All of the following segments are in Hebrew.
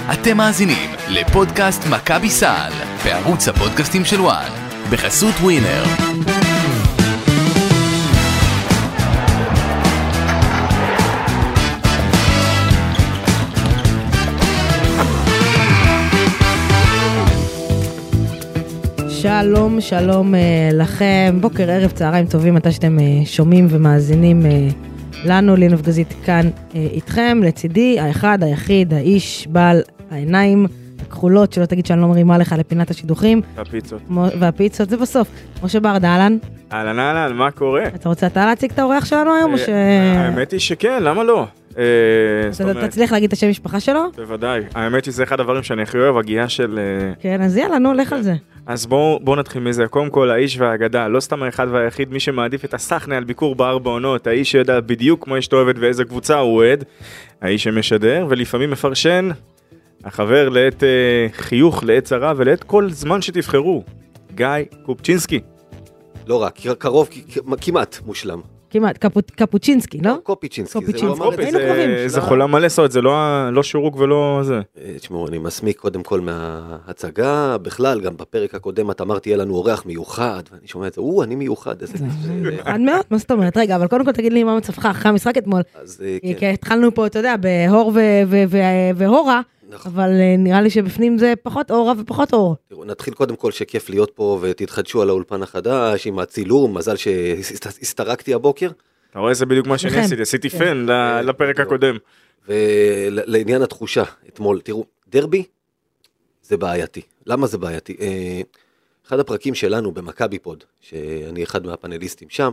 אתם מאזינים לפודקאסט מכבי סל, בערוץ הפודקאסטים של וואן, בחסות ווינר. שלום, שלום לכם, בוקר, ערב, צהריים טובים, מתי שאתם שומעים ומאזינים לנו, לינוב גזית כאן איתכם, לצידי, האחד, היחיד, האיש, בעל העיניים הכחולות, שלא תגיד שאני לא מרימה לך לפינת השידוכים. והפיצות, זה בסוף. משה ברדה, אהלן. אהלן, מה קורה? אתה רוצה להציג את האורח שלנו היום? האמת היא שכן, למה לא? אתה תצליח להגיד את השם משפחה שלו? בוודאי, האמת היא שזה אחד הדברים שאני הכי אוהב, הגיעה של... כן, אז יאללה, נו, לך על זה. אז בואו נתחיל מזה, קודם כל האיש והאגדה, לא סתם האחד והיחיד, מי שמעדיף את הסכנה על ביקור בארבע עונות, האיש שיודע בדיוק כמו אשתו אוהבת ואיזה קבוצה הוא אוהד, האיש שמשדר ולפעמים מפרשן, החבר לעת חיוך, לעת צרה ולעת כל זמן שתבחרו, גיא קופצ'ינסקי. לא רק, קרוב, כמעט מושלם. כמעט, קפוצ'ינסקי, לא? קופיצ'ינסקי. זה חולה מלא סוד, זה לא שירוק ולא זה. תשמעו, אני מסמיק קודם כל מההצגה, בכלל, גם בפרק הקודם את אמרתי, יהיה לנו אורח מיוחד, ואני שומע את זה, אני מיוחד. עד מאוד, מה זאת אומרת? רגע, אבל קודם כל תגיד לי מה מצבך אחרי המשחק אתמול. כי התחלנו פה, אתה יודע, בהור והורה, אבל נראה לי שבפנים זה פחות אורה ופחות אור. נתחיל קודם כל שכיף להיות פה ותתחדשו על האולפן החדש עם הצילום, מזל שהסתרקתי הבוקר. אתה רואה, זה בדיוק מה שאני עשיתי פן לפרק הקודם. ולעניין התחושה, אתמול, תראו, דרבי זה בעייתי. למה זה בעייתי? אחד הפרקים שלנו במכבי פוד, שאני אחד מהפאנליסטים שם,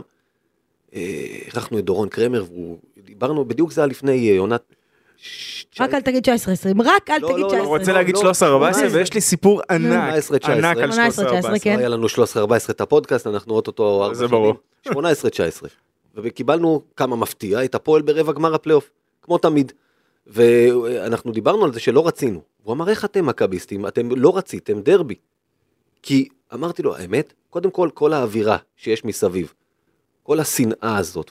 ערכנו את דורון קרמר, ודיברנו, בדיוק זה היה לפני עונת, רק אל תגיד 19-20, רק אל תגיד 19-20. אני רוצה להגיד 13-14 ויש לי סיפור ענק על 13-14. היה לנו 13-14 את הפודקאסט, אנחנו עוד אותו 4 שנים, 18-19. וקיבלנו כמה מפתיע את הפועל ברבע גמר הפלייאוף, כמו תמיד. ואנחנו דיברנו על זה שלא רצינו. הוא אמר, איך אתם מכביסטים? אתם לא רציתם דרבי. כי אמרתי לו, האמת, קודם כל, כל האווירה שיש מסביב, כל השנאה הזאת,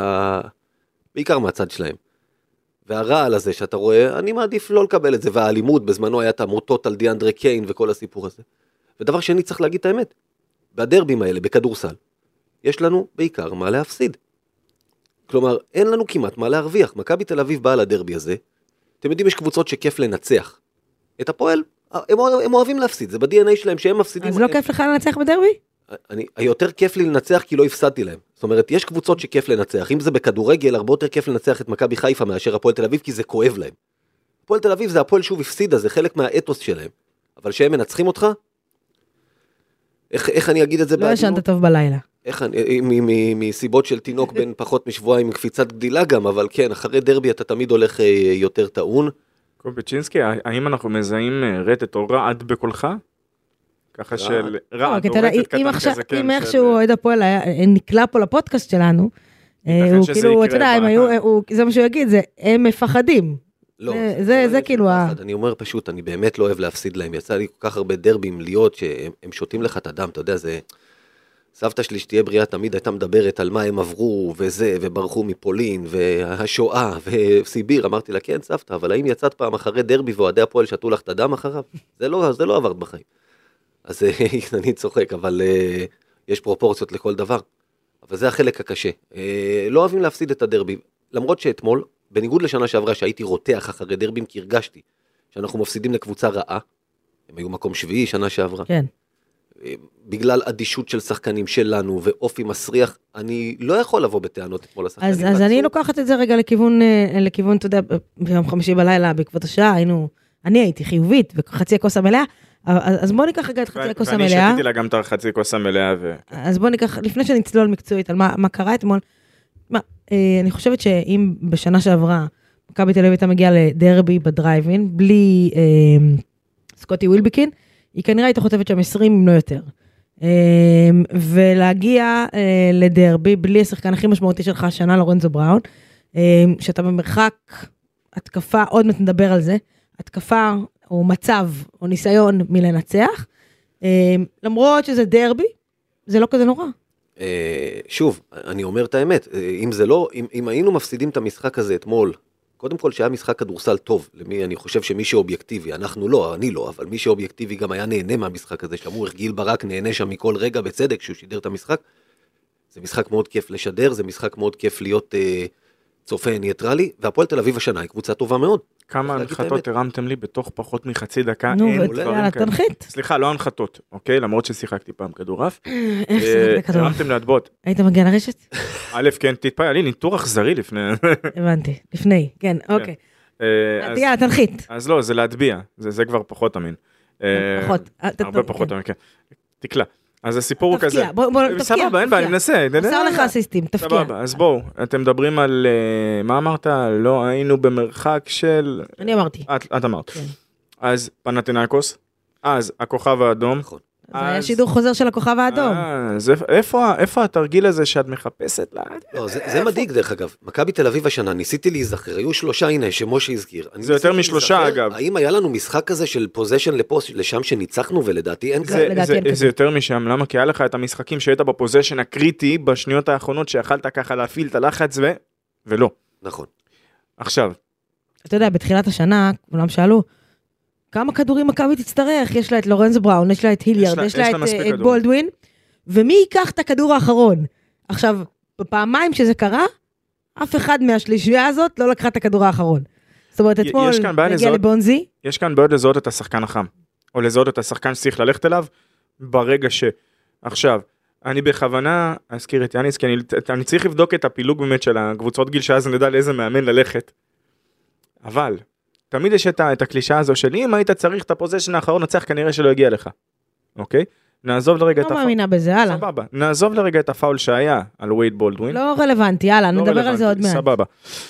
בעיקר מהצד שלהם. והרעל הזה שאתה רואה, אני מעדיף לא לקבל את זה, והאלימות, בזמנו היה את המוטות על דיאנדרה קיין וכל הסיפור הזה. ודבר שני, צריך להגיד את האמת, בדרבים האלה, בכדורסל, יש לנו בעיקר מה להפסיד. כלומר, אין לנו כמעט מה להרוויח. מכבי תל אביב באה לדרבי הזה, אתם יודעים, יש קבוצות שכיף לנצח. את הפועל, הם אוהבים להפסיד, זה ב-DNA שלהם שהם מפסידים. אז לא כיף לך לנצח בדרבי? היותר כיף לי לנצח כי לא הפסדתי להם. זאת אומרת, יש קבוצות שכיף לנצח. אם זה בכדורגל, הרבה יותר כיף לנצח את מכבי חיפה מאשר הפועל תל אביב, כי זה כואב להם. הפועל תל אביב זה הפועל שוב הפסידה, זה חלק מהאתוס שלהם. אבל שהם מנצחים אותך, איך אני אגיד את זה? לא ישנת טוב בלילה. מסיבות של תינוק בין פחות משבועיים, עם קפיצת גדילה גם, אבל כן, אחרי דרבי אתה תמיד הולך יותר טעון. קופצ'ינסקי, האם אנחנו מזהים רטט או רעד בקולך? ככה של רעד או רטט קטן כזה, כן. אם איכשהו אוהד הפועל נקלע פה לפודקאסט שלנו, הוא כאילו, אתה יודע, זה מה שהוא יגיד, הם מפחדים. לא, זה כאילו אני אומר פשוט, אני באמת לא אוהב להפסיד להם, יצא לי כל כך הרבה דרבים להיות שהם שותים לך את הדם, אתה יודע, זה... סבתא שלי שתהיה בריאה תמיד הייתה מדברת על מה הם עברו וזה, וברחו מפולין, והשואה, וסיביר, אמרתי לה, כן סבתא, אבל האם יצאת פעם אחרי דרבי ואוהדי הפועל שתו לך את הדם אחריו? זה לא עברת בחיים. אז אני צוחק, אבל יש פרופורציות לכל דבר. אבל זה החלק הקשה. לא אוהבים להפסיד את הדרבי, למרות שאתמול, בניגוד לשנה שעברה שהייתי רותח אחרי דרבים, כי הרגשתי שאנחנו מפסידים לקבוצה רעה, הם היו מקום שביעי שנה שעברה. כן. בגלל אדישות של שחקנים שלנו ואופי מסריח, אני לא יכול לבוא בטענות אתמול לשחקנים. אז אני לוקחת את זה רגע לכיוון, אתה יודע, ביום חמישי בלילה, בעקבות השעה, אני הייתי חיובית, וחצי הכוס המלאה, אז בוא ניקח רגע את חצי הכוס המלאה. ואני שתיתי לה גם את חצי הכוס המלאה. אז בוא ניקח, לפני שנצלול מקצועית על מה קרה אתמול, אני חושבת שאם בשנה שעברה, מכבי תל אביב הייתה מגיעה לדרבי בדרייבין, בלי סקוטי ווילבקין, היא כנראה הייתה חוטפת שם 20 אם לא יותר. ולהגיע לדרבי, בלי השחקן הכי משמעותי שלך השנה, לורנזו בראון, שאתה במרחק התקפה, עוד מעט נדבר על זה, התקפה או מצב או ניסיון מלנצח, למרות שזה דרבי, זה לא כזה נורא. שוב, אני אומר את האמת, אם היינו מפסידים את המשחק הזה אתמול, קודם כל שהיה משחק כדורסל טוב, אני חושב שמי שאובייקטיבי, אנחנו לא, אני לא, אבל מי שאובייקטיבי גם היה נהנה מהמשחק הזה, שאמרו איך גיל ברק נהנה שם מכל רגע בצדק כשהוא שידר את המשחק. זה משחק מאוד כיף לשדר, זה משחק מאוד כיף להיות צופה ניטרלי, והפועל תל אביב השנה היא קבוצה טובה מאוד. כמה הנחתות הרמתם לי בתוך פחות מחצי דקה, נו, יאללה, תנחית. סליחה, לא הנחתות, אוקיי? למרות ששיחקתי פעם כדורף. איך שיחקת כדורף? הרמתם להטבעות. היית מגיע לרשת? א', כן, תתפעל, לי ניטור אכזרי לפני. הבנתי, לפני, כן, אוקיי. יאללה, תנחית. אז לא, זה להטביע, זה כבר פחות אמין. פחות. הרבה פחות אמין, כן. תקלה. אז הסיפור הוא כזה. בוא תפקיע. סבבה, אין בעיה, אני מנסה. עושה לך אסיסטים, תפקיע. סבבה, אז בואו, אתם מדברים על, מה אמרת? לא היינו במרחק של... אני אמרתי. את אמרת. אז פנתינאיקוס, אז הכוכב האדום. נכון. זה היה שידור חוזר של הכוכב האדום. אז איפה התרגיל הזה שאת מחפשת לה? לא, זה מדאיג דרך אגב. מכבי תל אביב השנה, ניסיתי להיזכר, היו 3, הנה, שמשה הזכיר. זה יותר מ3 אגב. האם היה לנו משחק כזה של פוזיישן לשם שניצחנו, ולדעתי אין כזה? זה יותר משם, למה? כי היה לך את המשחקים שהיית בפוזיישן הקריטי, בשניות האחרונות שיכלת ככה להפעיל את הלחץ ולא. נכון. עכשיו. אתה יודע, בתחילת השנה, כולם שאלו, כמה כדורים מכבי תצטרך? יש לה את לורנז בראון, יש לה את היליארד, יש לה את בולדווין, ומי ייקח את הכדור האחרון? עכשיו, בפעמיים שזה קרה, אף אחד מהשלישייה הזאת לא לקחה את הכדור האחרון. זאת אומרת, אתמול נגיע לבונזי. יש כאן בעוד לזהות את השחקן החם, או לזהות את השחקן שצריך ללכת אליו, ברגע עכשיו, אני בכוונה אזכיר את יאניס, כי אני צריך לבדוק את הפילוג באמת של הקבוצות גיל, שאז נדע לאיזה מאמן ללכת. אבל תמיד יש את הקלישה הזו של אם היית צריך את הפוזיישן האחרון, נצח כנראה שלא הגיע לך. אוקיי? נעזוב לרגע את הפאול. לא מאמינה בזה, הלאה. סבבה. נעזוב לרגע את הפאול שהיה על וייד בולדווין. לא רלוונטי, הלאה, נדבר על זה עוד מעט. סבבה.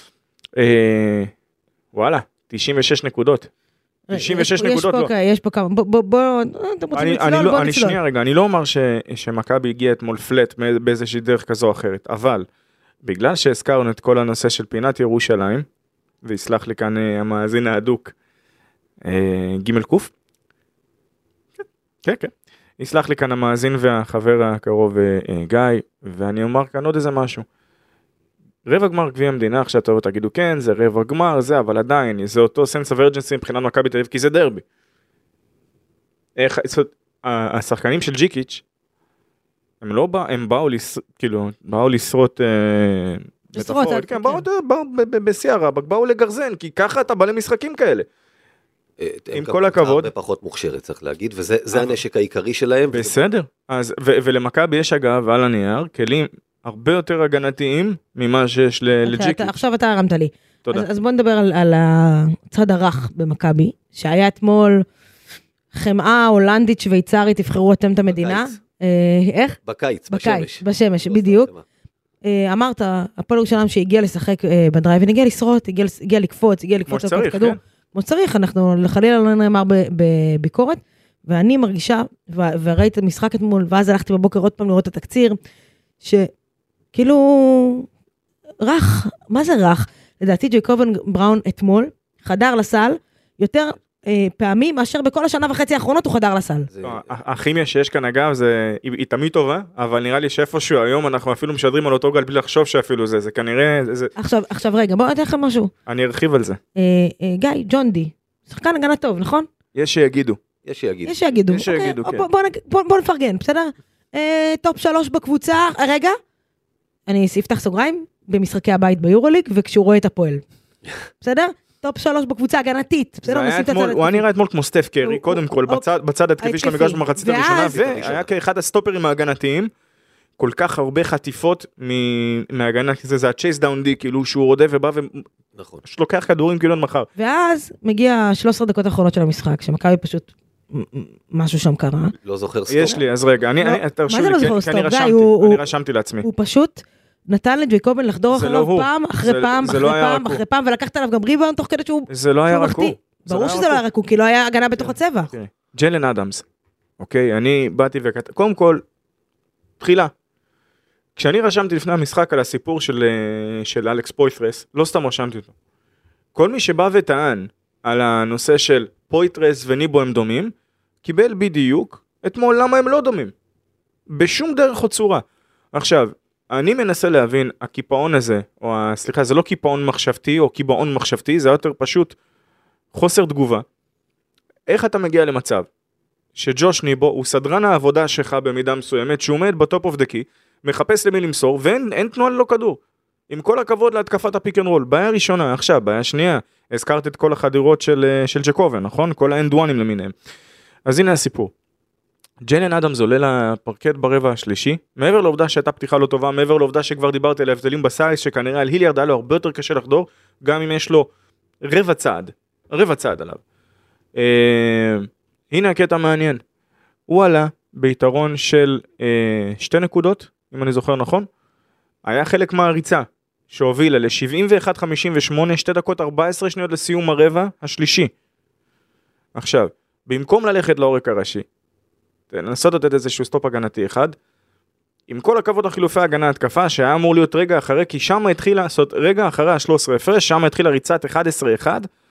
וואלה, 96 נקודות. 96 נקודות לא. יש פה כמה, בוא, אתם רוצים לצלול, בוא נצלול. שנייה רגע, אני לא אומר שמכבי הגיע אתמול פלט באיזושהי דרך כזו או אחרת, אבל בגלל שהזכרנו את כל הנושא של פינת ירושלים, ויסלח לי כאן המאזין האדוק, ג' קוף. כן, כן. יסלח לי כאן המאזין והחבר הקרוב גיא, ואני אומר כאן עוד איזה משהו. רבע גמר גביע המדינה, עכשיו תגידו כן, זה רבע גמר, זה, אבל עדיין, זה אותו סנס of urgency מבחינת מכבי תל אביב, כי זה דרבי. השחקנים של ג'יקיץ', הם באו לשרוט, מטאפורית, כן, באו בשיא הרבק, באו לגרזן, כי ככה אתה בא למשחקים כאלה. עם כל הכבוד. הרבה פחות מוכשרת, צריך להגיד, וזה הנשק העיקרי שלהם. בסדר, ולמכבי יש אגב, על הנייר, כלים הרבה יותר הגנתיים ממה שיש לג'יקיץ'. עכשיו אתה הרמת לי. תודה. אז בוא נדבר על הצד הרך במכבי, שהיה אתמול חמאה הולנדית שוויצרית, תבחרו אתם את המדינה. איך? בקיץ, בשמש, בדיוק. אמרת, הפועל ירושלים שהגיע לשחק בדרייב, הגיע לשרוט, הגיע לקפוץ, כמו שצריך, כן. כמו שצריך, אנחנו חלילה לא נאמר בביקורת, ואני מרגישה, וראיתי את המשחק אתמול, ואז הלכתי בבוקר עוד פעם לראות את התקציר, שכאילו, רך, מה זה רך? לדעתי ג'ייקובן בראון אתמול, חדר לסל, יותר פעמים, מאשר בכל השנה וחצי האחרונות הוא חדר לסל. הכימיה שיש כאן אגב, היא תמיד טובה, אבל נראה לי שאיפשהו היום אנחנו אפילו משדרים על אותו גל בלי לחשוב שאפילו זה כנראה... עכשיו רגע, בואו נתן לכם משהו. אני ארחיב על זה. גיא, ג'ון די, שחקן הגנה טוב, נכון? יש שיגידו. יש שיגידו, כן. בואו נפרגן, בסדר? טופ 3 בקבוצה, רגע, אני אפתח סוגריים, במשחקי הבית ביורוליג, וכשהוא רואה את הפועל. בסדר? טופ 3 בקבוצה הגנתית. הוא נראה אתמול כמו סטף קרי, קודם כל, בצד התקפי של המגרש במחצית הראשונה, והיה כאחד הסטופרים ההגנתיים, כל כך הרבה חטיפות מההגנה, זה הצ'ייס דאון די, כאילו שהוא רודה ובא ולוקח כדורים כאילו מחר. ואז מגיע 13 דקות האחרונות של המשחק, שמכבי פשוט משהו שם קרה. לא זוכר סטופ. יש לי, אז רגע, מה זה לא זוכר סטופ? אני רשמתי לעצמי. הוא פשוט נתן לג'ייקובן לחדור אחריו פעם, אחרי פעם, אחרי פעם, ולקחת עליו גם ריבאונד תוך כדי שהוא... זה לא היה רקו. ברור שזה לא היה רקו, כי לא היה הגנה בתוך הצבע. ג'לן אדמס, אוקיי, אני באתי קודם כל, תחילה, כשאני רשמתי לפני המשחק על הסיפור של אלכס פויטרס, לא סתם רשמתי אותו. כל מי שבא וטען על הנושא של פויטרס וניבו הם דומים, קיבל בדיוק אתמול למה הם לא דומים. בשום דרך או צורה. עכשיו, אני מנסה להבין, הקיפאון הזה, סליחה, זה לא קיפאון מחשבתי או קיבעון מחשבתי, זה יותר פשוט חוסר תגובה. איך אתה מגיע למצב שג'וש ניבו הוא סדרן העבודה שלך במידה מסוימת, שהוא עומד בטופ אוף דקי, מחפש למי למסור, ואין תנועה ללא כדור. עם כל הכבוד להתקפת הפיק אנד רול. בעיה ראשונה, עכשיו, בעיה שנייה, הזכרת את כל החדירות של ג'קובן, נכון? כל האנדואנים למיניהם. אז הנה הסיפור. ג'יילן אדמס עולה לפרקט ברבע השלישי, מעבר לעובדה שהייתה פתיחה לא טובה, מעבר לעובדה שכבר דיברתי על ההבדלים בסייס, שכנראה על היליארד היה לו הרבה יותר קשה לחדור, גם אם יש לו רבע צעד עליו. הנה הקטע מעניין. הוא עלה ביתרון של 2 נקודות, אם אני זוכר נכון, היה חלק מהריצה שהובילה ל-71-58, 2 דקות 14 שניות לסיום הרבע השלישי. עכשיו, במקום ללכת לעורק הראשי, לנסות לתת איזשהו סטופ הגנתי אחד, עם כל הכבוד החילופי הגנה התקפה, שהיה אמור להיות רגע אחרי, כי שם התחילה לעשות רגע אחרי ה-13 הפרש, שם התחילה ריצת 11-1,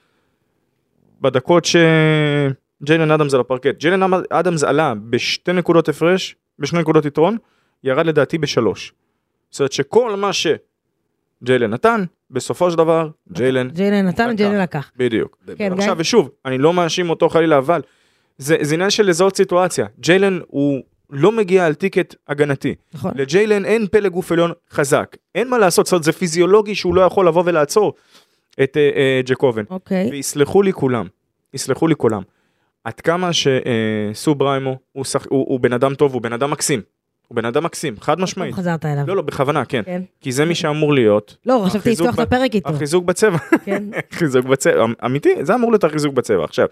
בדקות שג'יילן אדמס על הפרקט. ג'יילן אדמס עלה ב2 נקודות הפרש, ב2 נקודות יתרון, ירד לדעתי ב3. זאת אומרת שכל מה שג'יילן נתן, בסופו של דבר, ג'יילן נתן, ג'יילן לקח. בדיוק. כן, עכשיו ושוב, אני לא מאשים אותו חלילה, אבל זה עניין של לזהות סיטואציה. ג'יילן הוא לא מגיע על טיקט הגנתי. נכון. לג'יילן אין פלא גוף עליון חזק. אין מה לעשות, זאת אומרת, זה פיזיולוגי שהוא לא יכול לבוא ולעצור את ג'קובן. אוקיי. ויסלחו לי כולם. עד כמה שסו בריימו הוא בן אדם טוב, הוא בן אדם מקסים. חד משמעית. חזרת אליו. לא, בכוונה, כן. כן. כי זה מי שאמור להיות. לא, חשבתי לפתוח את הפרק איתו. החיזוק בצבע. כן. חיזוק בצבע, אמיתי, זה אמור להיות החיזוק בצבע. עכשיו,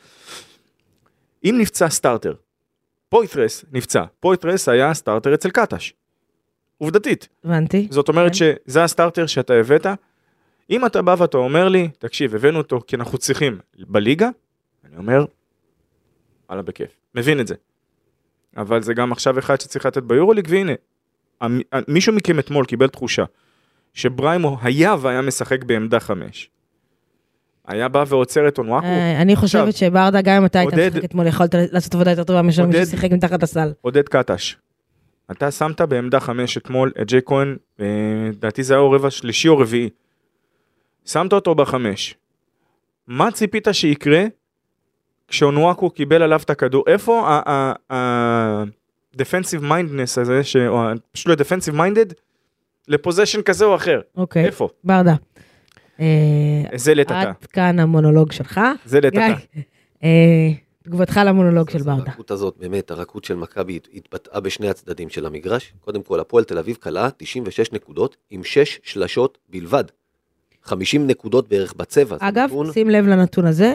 אם נפצע סטארטר, פויטרס נפצע, פויטרס היה סטארטר אצל קטש. עובדתית. הבנתי. זאת אומרת שזה הסטארטר שאתה הבאת, אם אתה בא ואתה אומר לי, תקשיב, הבאנו אותו כי אנחנו צריכים בליגה, אני אומר, הלאה בכיף. מבין את זה. אבל זה גם עכשיו אחד שצריך לתת ביורוליג, והנה, מישהו מכם אתמול קיבל תחושה, שבריימו היה והיה משחק בעמדה 5. היה בא ועוצר את אונואקו. אני חושבת שברדה, גם אם אתה היית משחק אתמול, יכולת לעשות עבודה יותר טובה משל מי ששיחק מתחת הסל. עודד קטש. אתה שמת בעמדה 5 אתמול את ג'יי כהן, דעתי זה היה רבע שלישי או רביעי. שמת אותו ב5. מה ציפית שיקרה כשאונואקו קיבל עליו את הכדור? איפה ה-defensive mindedness הזה, פשוט לא defensive minded, לפוזיישן כזה או אחר? אוקיי. איפה? ברדה. זה לטאטה. עד כאן המונולוג שלך. זה לטאטה. תגובתך למונולוג של ברדה. הרכות הזאת, באמת, הרכות של מכבי התבטאה בשני הצדדים של המגרש. קודם כל, הפועל תל אביב קלה 96 נקודות עם 6 שלשות בלבד. 50 נקודות בערך בצבע. אגב, שים לב לנתון הזה,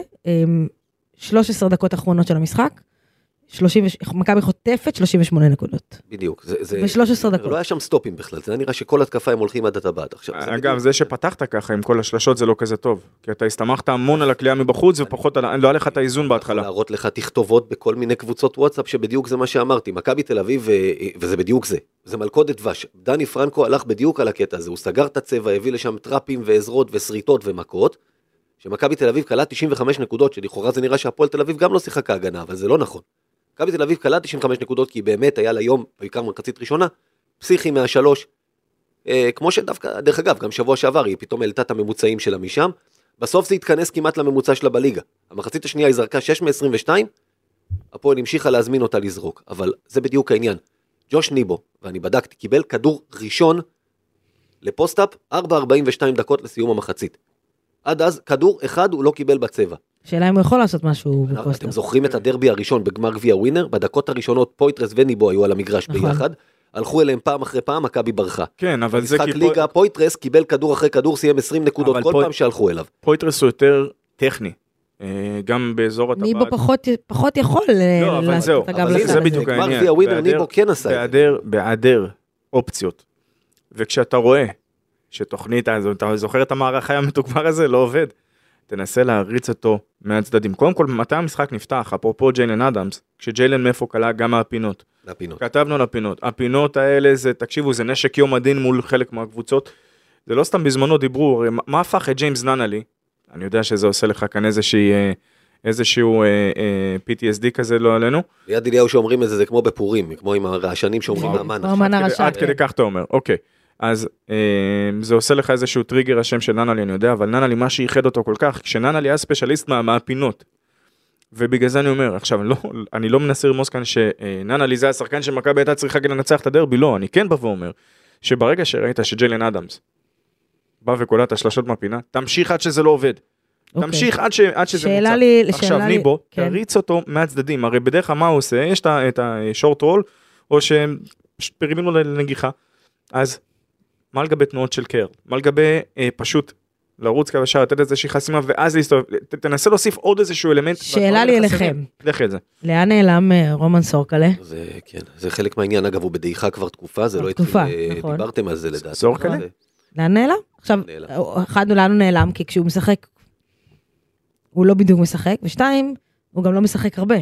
13 דקות אחרונות של המשחק, מכבי חוטפת 38 נקודות. בדיוק. ב-13 דקות. לא היה שם סטופים בכלל, זה נראה שכל התקפה הם הולכים עד הטבעת. אגב, זה שפתחת ככה עם כל השלשות זה לא כזה טוב, כי אתה הסתמכת המון על הכלייה מבחוץ, ופחות לא היה לך את האיזון בהתחלה. להראות לך תכתובות בכל מיני קבוצות וואטסאפ, שבדיוק זה מה שאמרתי, מכבי תל אביב, וזה בדיוק זה. זה מלכודת דבש. דני פרנקו הלך בדיוק על הקטע הזה, הוא סגר את הצבע, הביא לשם טראפים ועזרות וסריטות ומכות, שמכבי תל אביב קלה 95 נקודות, שלכאורה זה נראה שהפועל תל אביב גם לא שיחקה הגנה, אבל זה לא נכון. מכבי תל אביב קלה 95 נקודות, כי באמת היה ליום, בעיקר מחצית ראשונה, פסיכי מהשלוש, כמו שדווקא, דרך אגב, גם שבוע שעבר, היא פתאום העלתה את הממוצעים שלה משם, בסוף זה התכנס כמעט לממוצע שלה בליגה. המחצית השנייה היא זרקה 6 מ-22, הפועל המשיכה להזמין אותה לזרוק, אבל זה בדיוק העניין. ג'וש ניבו, ואני בדקתי, קיבל כדור ראשון לפוסט-אפ, 4:42 דקות לסיום המחצית. עד אז, כדור אחד הוא לא קיבל בצבע. שאלה אם הוא יכול לעשות משהו בפוסט-אפ. אתם זוכרים את הדרבי הראשון בגמר גביע ווינר? בדקות הראשונות פויטרס וניבו היו על המגרש ביחד. הלכו אליהם פעם אחרי פעם, מכבי ברחה. כן, אבל זה משחק ליגה, פויטרס קיבל כדור אחרי כדור, סיים 20 נקודות כל פעם שהלכו אליו. פויטרס הוא יותר טכני. גם באזור הטבעת. ניבו פחות יכול לעשות את הגב לסל הזה. זה בדיוק העניין. גמר גביע ווינר ניבו כן עשה. בהיעדר אופציות. וכשאתה רואה שתוכנית, אתה זוכר את המערכה המתוגבר הזה, לא עובד. תנסה להריץ אותו מהצדדים. קודם כל, מתי המשחק נפתח? אפרופו ג'יילן אדמס, כשג'יילן מאיפה קלה גם מהפינות. כתבנו לפינות. הפינות האלה, תקשיבו, זה נשק יום הדין מול חלק מהקבוצות. זה לא סתם בזמנו דיברו, מה הפך את ג'יימס ננלי? אני יודע שזה עושה לך כאן איזשהו PTSD כזה לא עלינו. ליד אליהו שאומרים את זה, זה כמו בפורים, כמו עם הרעשנים שאומרים מהמן. עד כדי כך אתה אומר, אוקיי. אז זה עושה לך איזשהו טריגר השם של ננלי, אני יודע, אבל ננלי, מה שייחד אותו כל כך, כשננלי היה ספיישליסט מהפינות, ובגלל זה אני אומר, עכשיו, אני לא מנסה לרמוז כאן שננלי זה השחקן שמכבי הייתה צריכה לנצח את הדרבי, לא, אני כן בא ואומר, שברגע שראית שג'יילן אדמס בא וקולט השלשות מהפינה, תמשיך עד שזה לא עובד. תמשיך עד שזה מוצא. עכשיו, ניבו, תריץ אותו מהצדדים, הרי בדרך כלל מה הוא עושה, יש את השורט רול, או שהם פרימים לו לנגיחה, אז מה לגבי תנועות של קר? מה לגבי פשוט לרוץ קו ישר, לתת איזושהי חסימה, ואז להסתובב, תנסה להוסיף עוד איזשהו אלמנט. שאלה לי אליכם. לכי את זה. לאן נעלם רומן סורקלה? זה חלק מהעניין, אגב, הוא בדעיכה כבר תקופה, זה לא התחיל, דיברתם על זה לדעת. סורקלה? לאן נעלם? עכשיו, אחד לאן הוא נעלם, כי כשהוא משחק, הוא לא בדיוק משחק, ושתיים, הוא גם לא משחק הרבה.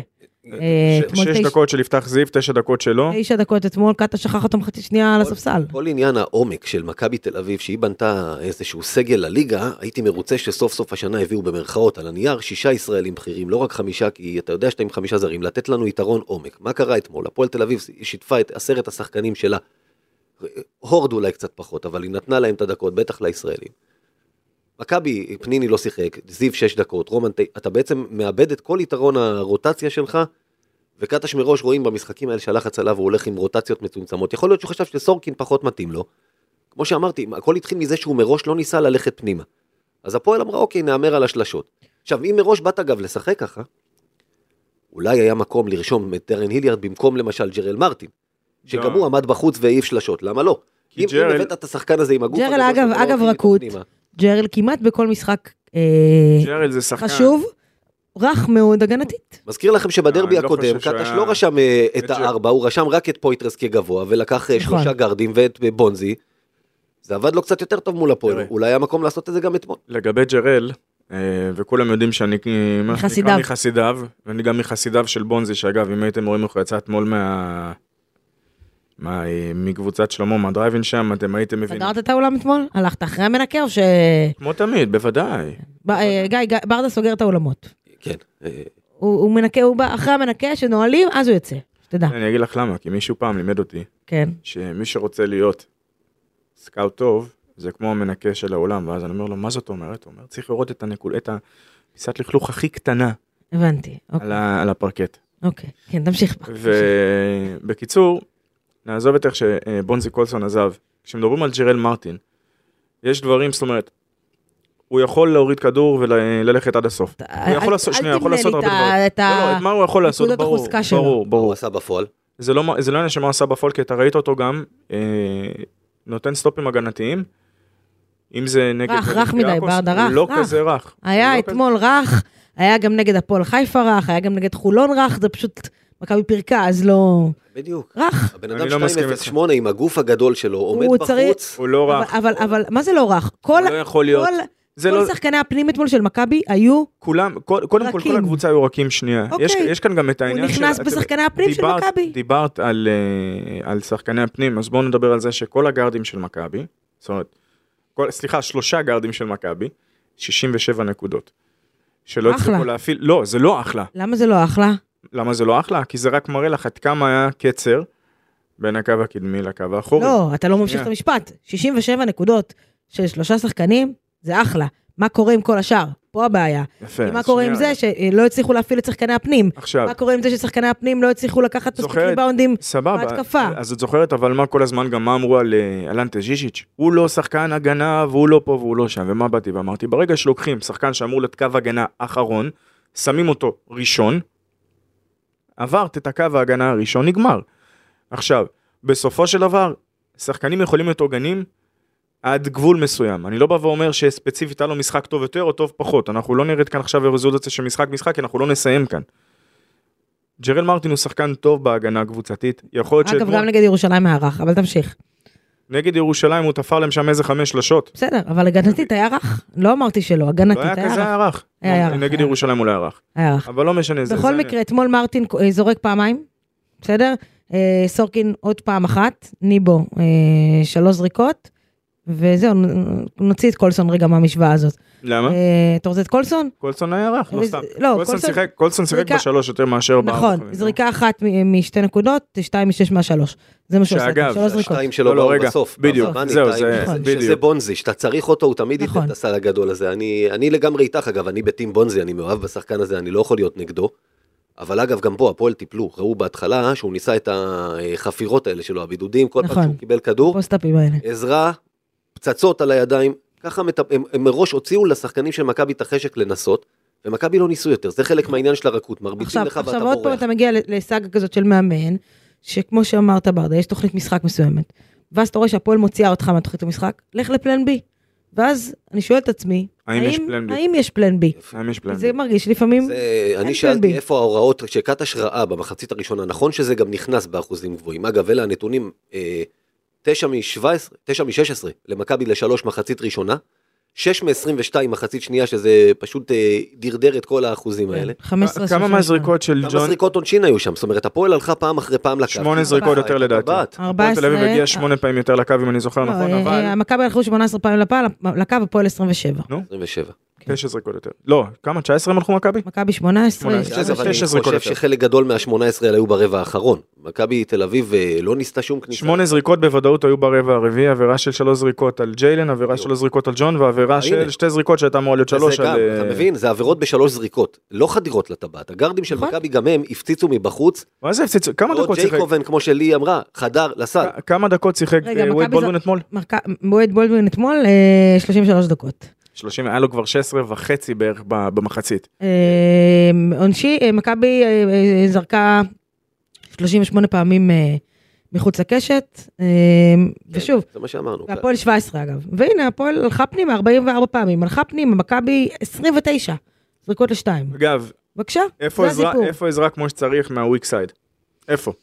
6 דקות של יפתח זיו, 9 דקות שלו. 9 דקות אתמול, קטה שכח אותו מחצי שנייה על הספסל. כל עניין העומק של מכבי תל אביב, שהיא בנתה איזשהו סגל לליגה, הייתי מרוצה שסוף סוף השנה הביאו במרכאות על הנייר 6 ישראלים בכירים, לא רק 5, כי אתה יודע שאתה עם 5 זרים, לתת לנו יתרון עומק. מה קרה אתמול? הפועל תל אביב שיתפה את 10 השחקנים שלה, הורד אולי קצת פחות, אבל היא נתנה להם את הדקות, בטח לישראלים. מכבי, פניני לא שיחק, זיו 6 דקות, רומן, אתה בעצם מאבד את כל יתרון הרוטציה שלך, וקטש מראש רואים במשחקים האלה שהלחץ עליו, הוא הולך עם רוטציות מצומצמות. יכול להיות שהוא חשב שסורקין פחות מתאים לו. כמו שאמרתי, הכל התחיל מזה שהוא מראש לא ניסה ללכת פנימה. אז הפועל אמרה, אוקיי, נאמר על השלשות. עכשיו, אם מראש באת אגב לשחק ככה, אולי היה מקום לרשום את דרן היליארד במקום למשל ג'רל מרטין, שגם הוא עמד בחוץ והעיף שלשות. למה לא? אם הבאת את השחקן הזה עם הגוף... ג'רל אגב רכות, ג'רל כמעט בכל משחק חשוב, רך מאוד הגנתית. מזכיר לכם שבדרבי הקודם, קטש לא רשם את 4, הוא רשם רק את פויטרס כגבוה, ולקח 3 גרדים ואת בונזי. זה עבד לו קצת יותר טוב מול הפועל, אולי היה מקום לעשות את זה גם אתמול. לגבי ג'רל, וכולם יודעים שאני מחסידיו, ואני גם מחסידיו של בונזי, שאגב, אם הייתם רואים איך הוא יצא אתמול מקבוצת שלמה, מהדרייבין שם, אתם הייתם מבינים. סגרת את האולם אתמול? הלכת אחרי המנקה או ש... כמו תמיד, בוודאי. גיא, ברדה סוגר את האולמות. כן. הוא מנקה, הוא בא אחרי המנקה שנועלים, אז הוא יוצא. תדע. אני אגיד לך למה, כי מישהו פעם לימד אותי. כן. שמי שרוצה להיות סקאוט טוב, זה כמו המנקה של העולם, ואז אני אומר לו, מה זאת אומרת? הוא אומר, צריך לראות את פיסת לכלוך הכי קטנה. הבנתי. על הפרקט. אוקיי, כן, תמשיך. ובקיצור, נעזוב את איך שבונזי קולסון עזב. כשמדברים על ג'רל מרטין, יש דברים, זאת אומרת, הוא יכול להוריד כדור וללכת עד הסוף. הוא יכול לעשות, שנייה, יכול לעשות הרבה דברים. לא, מה הוא יכול לעשות? ברור. הוא עשה בפועל. זה לא עניין שמה הוא עשה בפועל, כי אתה ראית אותו גם, נותן סטופים הגנתיים, אם זה נגד... רך מדי, ברדה, רך. לא כזה רך. היה אתמול רך, היה גם נגד הפועל חיפה רך, היה גם נגד חולון רך, זה פשוט מכבי פירקה, אז לא... בדיוק. רך. הבן אדם 208 עם הגוף הגדול שלו, עומד בחוץ. הוא לא רך. אבל מה זה לא רך? הוא לא יכול להיות. כל שחקני הפנים אתמול של מכבי היו קודם כל כל הקבוצה היו רכים שנייה. יש כאן גם את העניין הוא נכנס בשחקני הפנים של מכבי. דיברת על שחקני הפנים, אז בואו נדבר על זה שכל הגארדים של מכבי, זאת אומרת, 3 גארדים של מכבי, 67 נקודות. שלא הצליחו להפעיל, לא, זה לא אחלה. למה זה לא אחלה? למה זה לא אחלה? כי זה רק מראה לך עד כמה היה קצר בין הקו הקדמי לקו האחורי. לא, אתה לא ממשיך את המשפט. 67 נקודות של 3 שחקנים, זה אחלה. מה קורה עם כל השאר? פה הבעיה. יפה. מה קורה עם זה שלא הצליחו להפעיל את שחקני הפנים? עכשיו. מה קורה עם זה ששחקני הפנים לא הצליחו לקחת מספיק ריבאונדים בהתקפה? אז את זוכרת, אבל מה כל הזמן גם מה אמרו על אלנטה ז'יז'יץ'? הוא לא שחקן הגנה, והוא לא פה והוא לא שם. ומה באתי ואמרתי? ברגע שלוקחים שחקן שאמור לקו הגנה אחרון, שמים אותו ראשון, עברת את הקו ההגנה הראשון, נגמר. עכשיו, בסופו של דבר, שחקנים יכולים להיות עוגנים עד גבול מסוים. אני לא בא ואומר שספציפית היה לו משחק טוב יותר או טוב פחות. אנחנו לא נרד כאן עכשיו ברזולוציה של משחק, כי אנחנו לא נסיים כאן. ג'רל מרטין הוא שחקן טוב בהגנה הקבוצתית. אגב, גם נגד ירושלים היה רך, אבל תמשיך. נגד ירושלים הוא תפר להם שם איזה 5 שלשות. בסדר, אבל הגנתית היה רך. לא אמרתי שלא, הגנתית היה רך. לא היה כזה היה רך. נגד ירושלים הוא לא היה רך. היה רך. אבל לא משנה. בכל מקרה, אתמול מרטין זורק פעמיים, בסדר? סורקין עוד פעם אחת, ניבו 3 זריקות, וזהו, נוציא את קולסון רגע מהמשוואה הזאת. למה? אתה רוצה את קולסון? קולסון היה רך, לא סתם. לא, קולסון שיחק בשלוש יותר מאשר נכון, זריקה אחת משתי נקודות, 2 מ-6 מה-3. זה מה שהוא עושה, 3 זריקות. 2 שלו באו בסוף. בדיוק, זהו, שזה בונזי, שאתה צריך אותו, הוא תמיד ייתן את הסל הגדול הזה. אני לגמרי איתך, אגב, אני בטים בונזי, אני מאוהב בשחקן הזה, אני לא יכול להיות נגדו. אבל אגב, גם פה, הפועל טיפלו, ראו בהתחלה שהוא ניסה את החפירות האלה שלו, הבידודים, כל פעם שהוא קיבל כדור, עזרה, פצצות על הידיים, ככה הם מראש הוציאו לשחקנים של מכבי את החשק לנסות, ומכבי לא ניסו יותר, זה חלק מהעניין של הרכות, מרביצים לך ואתה בורח. עכשיו עוד פעם אתה מגיע לסאגה כזאת של מאמן, שכמו שאמרת ברדה, יש תוכנית משחק מסוימת, ואז אתה רואה שהפועל מוציאה אותך מהתוכנית המשחק, לך לפלן בי, ואז אני שואל את עצמי, האם יש פלן בי? זה מרגיש לפעמים, אני שאלתי איפה ההוראות, שקטש ראה במחצית הראשונה, נכון שזה גם נכנס באחוזים גבוהים, אגב, אלה הנתונים, 9 מ-16 למכבי ל3 מחצית ראשונה, 6 מ-22 מחצית שנייה, שזה פשוט דרדר את כל האחוזים האלה. כמה מהזריקות של ג'ון? כמה זריקות עונשין היו שם, זאת אומרת, הפועל הלכה פעם אחרי פעם לקו. 8 זריקות יותר לדעתי. הפועל תל אביב הגיע 8 פעמים יותר לקו, אם אני זוכר נכון, אבל... המכבי הלכו 18 פעמים לקו, הפועל 27. 27. 9 זריקות יותר. לא, כמה? 19 הם הלכו מכבי? מכבי 18. אני חושב שחלק גדול מה-18 האלה היו ברבע האחרון. מכבי תל אביב לא ניסתה שום כניסה. 8 זריקות בוודאות היו ברבע הרביעי, עבירה של 3 זריקות על ג'יילן, עבירה של 3 זריקות על ג'ון, ועבירה של 2 זריקות שהייתה אמורה להיות 3 על... אתה מבין? זה עבירות ב3 זריקות, לא חדירות לטבעת. הגארדים של מכבי גם הם הפציצו מבחוץ. מה זה הפציצו? כמה דקות שיחק? ג'ייקובן, כמו שלי אמרה, חדר לסל. כמה דקות שיחק וייד בולדווין אתמול? וייד בולדווין אתמול 33 דקות. 30, היה לו כבר 16.5 בערך במחצית. עונשי, מכבי זרקה 38 פעמים מחוץ לקשת, ושוב, זה מה שאמרנו. והפועל 17 אגב, והנה הפועל הלכה פנימה 44 פעמים, הלכה פנימה, מכבי 29, זריקות ל2. אגב, בבקשה, איפה עזרה כמו שצריך מהוויק סייד? איפה?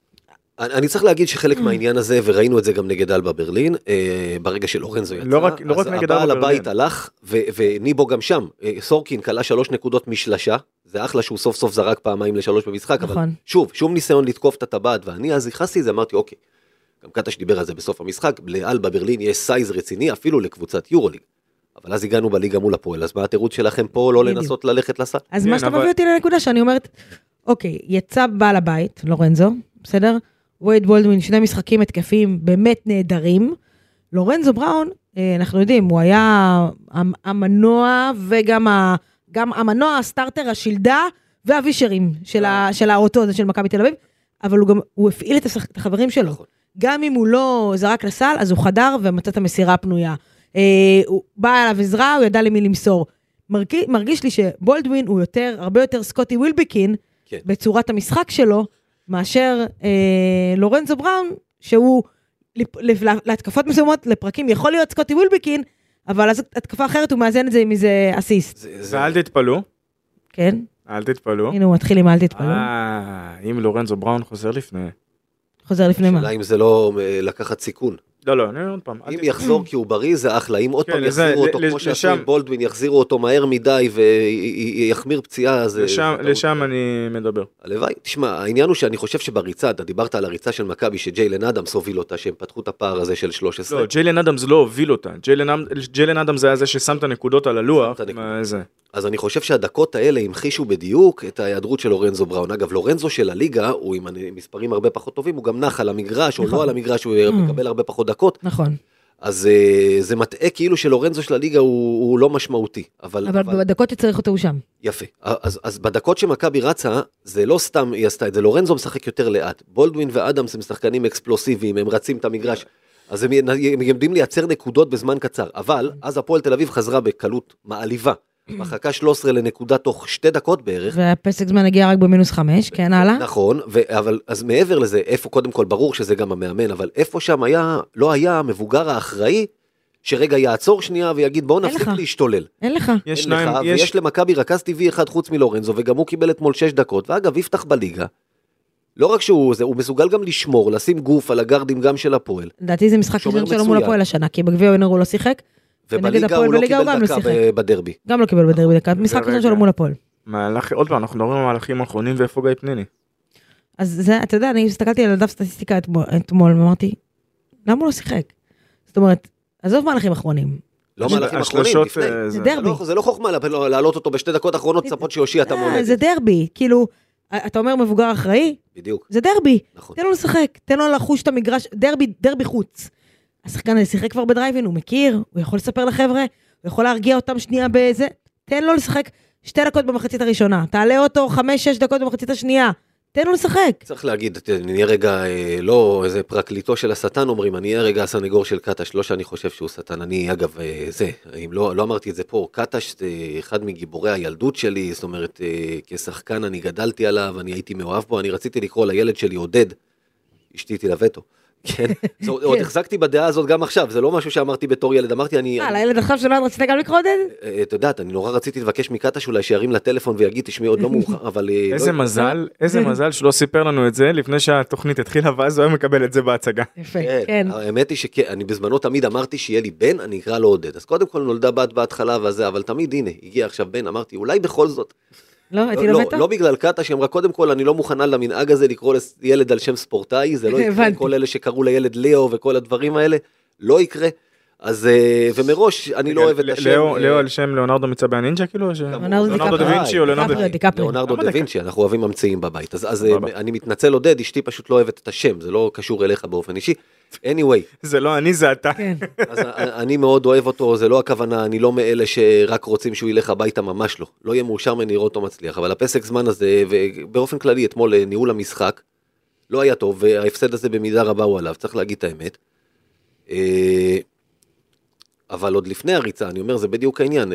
אני צריך להגיד שחלק מהעניין הזה, וראינו את זה גם נגד אלבה ברלין, ברגע שלורנזו יצא, לא רק נגד אלבה ברלין. הבעל הבית הלך, וניבו גם שם, סורקין קלה 3 נקודות משלשה, זה אחלה שהוא סוף סוף זרק פעמיים ל3 במשחק, אבל שוב, שום ניסיון לתקוף את הטבעת, ואני אז הכנסתי את זה, אמרתי אוקיי, גם קטש דיבר על זה בסוף המשחק, לאלבה ברלין יש סייז רציני, אפילו לקבוצת יורוליג, אבל אז הגענו בליגה מול הפועל, אז מה התירוץ שלכם פה לא לנסות ללכת לסל? אז מה שאתה מביא אותי לנקודה שאני אומרת, אוקיי, יצא בעל הבית, לורנזו, בסדר? וייד בולדווין, 2 משחקים התקפים באמת נהדרים. לורנזו בראון, אנחנו יודעים, הוא היה המנוע וגם המנוע, הסטארטר, השילדה והווישרים של האוטו הזה של מכבי תל אביב, אבל הוא הפעיל את החברים שלו. גם אם הוא לא זרק לסל, אז הוא חדר ומצא את המסירה הפנויה. הוא בא אליו עזרה, הוא ידע למי למסור. מרגיש לי שבולדווין הוא הרבה יותר סקוטי ווילבקין, בצורת המשחק שלו, מאשר לורנזו בראון, שהוא להתקפות מסוימות, לפרקים יכול להיות סקוטי ווילבקין, אבל אז התקפה אחרת הוא מאזן את זה עם איזה אסיסט. ואל תתפלו. כן. אל תתפלו. הנה הוא מתחיל עם אל תתפלו. אם לורנזו בראון חוזר לפני. חוזר לפני מה? שאלה אם זה לא לקחת סיכון. לא, אני עוד פעם. אם יחזור כי הוא בריא זה אחלה, אם עוד פעם יחזירו אותו כמו שעשו עם בולדווין, יחזירו אותו מהר מדי ויחמיר פציעה, לשם אני מדבר. הלוואי, תשמע, העניין הוא שאני חושב שבריצה, אתה דיברת על הריצה של מכבי שג'יילן אדמס הוביל אותה, שהם פתחו את הפער הזה של 13. לא, ג'יילן אדמס לא הוביל אותה, ג'יילן אדמס היה זה ששם את הנקודות על הלוח. אז אני חושב שהדקות האלה המחישו בדיוק את ההיעדרות של לורנזו בראון. אגב, לורנזו של הליגה, הוא עם מספרים הרבה פחות טובים, הוא גם נח על המגרש, או לא על המגרש, הוא מקבל הרבה פחות דקות. נכון. אז זה מטעה כאילו שלורנזו של הליגה הוא לא משמעותי. אבל בדקות שצריך אותו הוא שם. יפה. אז בדקות שמכבי רצה, זה לא סתם היא עשתה את זה, לורנזו משחק יותר לאט. בולדווין ואדמס הם שחקנים אקספלוסיביים, הם רצים את המגרש. אז הם יודעים לייצר נקודות בזמן קצר. אבל אז הפועל תל אביב חזרה בקלות מעליבה. מחכה 13 לנקודה תוך 2 דקות בערך. והפסק זמן הגיע רק ב-5, כן, הלאה? נכון, אבל אז מעבר לזה, איפה קודם כל ברור שזה גם המאמן, אבל איפה שם לא היה המבוגר האחראי, שרגע יעצור שנייה ויגיד בואו נפסיק להשתולל. אין לך. ויש למכבי רכז טבעי אחד חוץ מלורנזו, וגם הוא קיבל אתמול 6 דקות, ואגב יפתח בליגה, לא רק שהוא מסוגל גם לשמור, לשים גוף על הגרדים גם של הפועל. לדעתי זה משחק ראשון שלו מול הפועל השנה, כי בגביע העונה הוא לא שיחק. ובליגה הוא לא קיבל דקה בדרבי. גם לא קיבל בדרבי דקה, משחק ראשון שלו מול הפועל. עוד פעם, אנחנו מדברים על מהלכים האחרונים ואיפה גיא פניני. אז זה, אתה יודע, אני הסתכלתי על הדף סטטיסטיקה אתמול, ואמרתי, למה הוא לא שיחק? זאת אומרת, עזוב מהלכים אחרונים. לא מהלכים אחרונים, לפני. זה דרבי. זה לא חוכמה לעלות אותו בשתי דקות אחרונות, צפות שיושיע את המולדת. זה דרבי, כאילו, אתה אומר מבוגר אחראי? בדיוק. זה דרבי. נכון. תן לו לשחק, תן לו לחוש את המגרש, דרבי חוץ. השחקן הזה שיחק כבר בדרייבין, הוא מכיר, הוא יכול לספר לחבר'ה, הוא יכול להרגיע אותם שנייה באיזה, תן לו לשחק 2 דקות במחצית הראשונה, תעלה אותו 5-6 דקות במחצית השנייה, תן לו לשחק. צריך להגיד, אני אהיה רגע, לא איזה פרקליטו של השטן אומרים, אני אהיה רגע הסנגור של קטש, לא שאני חושב שהוא שטן, אני אגב, אם לא אמרתי את זה פה, קטש זה אחד מגיבורי הילדות שלי, זאת אומרת, כשחקן אני גדלתי עליו, אני הייתי מאוהב בו, אני רציתי לקרוא לילד שלי עודד, אשתי תלווה אותו. כן, עוד החזקתי בדעה הזאת גם עכשיו, זה לא משהו שאמרתי בתור ילד, אמרתי אני... לילד עכשיו שלא רצית גם לקרוא עודד? אתה יודעת, אני נורא רציתי לבקש מקטש אולי שירים לטלפון ויגיד, תשמעי עוד לא מאוחר, אבל... איזה מזל שלא סיפר לנו את זה לפני שהתוכנית התחילה, ואז הוא היה מקבל את זה בהצגה. יפה, כן. האמת היא שאני בזמנו תמיד אמרתי שיהיה לי בן, אני אקרא לו עודד, אז קודם כל נולדה בת בהתחלה וזה, אבל תמיד הנה, הגיע עכשיו בן, אמרתי, אולי בכל זאת. לא בגלל קטש, שאמרה קודם כל אני לא מוכנה למנהג הזה לקרוא לילד על שם ספורטאי, זה לא יקרה, כל אלה שקראו לילד ליאו וכל הדברים האלה, לא יקרה, אז ומראש אני לא אוהב את השם. ליאו על שם ליאונרדו מצבי הנינג'ה כאילו? ליאונרדו דה וינצ'י או ליאונרדו דה וינצ'י, אנחנו אוהבים ממציאים בבית, אז אני מתנצל עודד, אשתי פשוט לא אוהבת את השם, זה לא קשור אליך באופן אישי. anyway. זה לא אני, זה אתה. אז אני מאוד אוהב אותו, זה לא הכוונה, אני לא מאלה שרק רוצים שהוא ילך הביתה, ממש לא. לא יהיה מאושר מנראות אותו מצליח, אבל הפסק זמן הזה, ובאופן כללי, אתמול ניהול המשחק, לא היה טוב, וההפסד הזה במידה רבה הוא עליו, צריך להגיד את האמת. אבל עוד לפני הריצה, אני אומר, זה בדיוק העניין.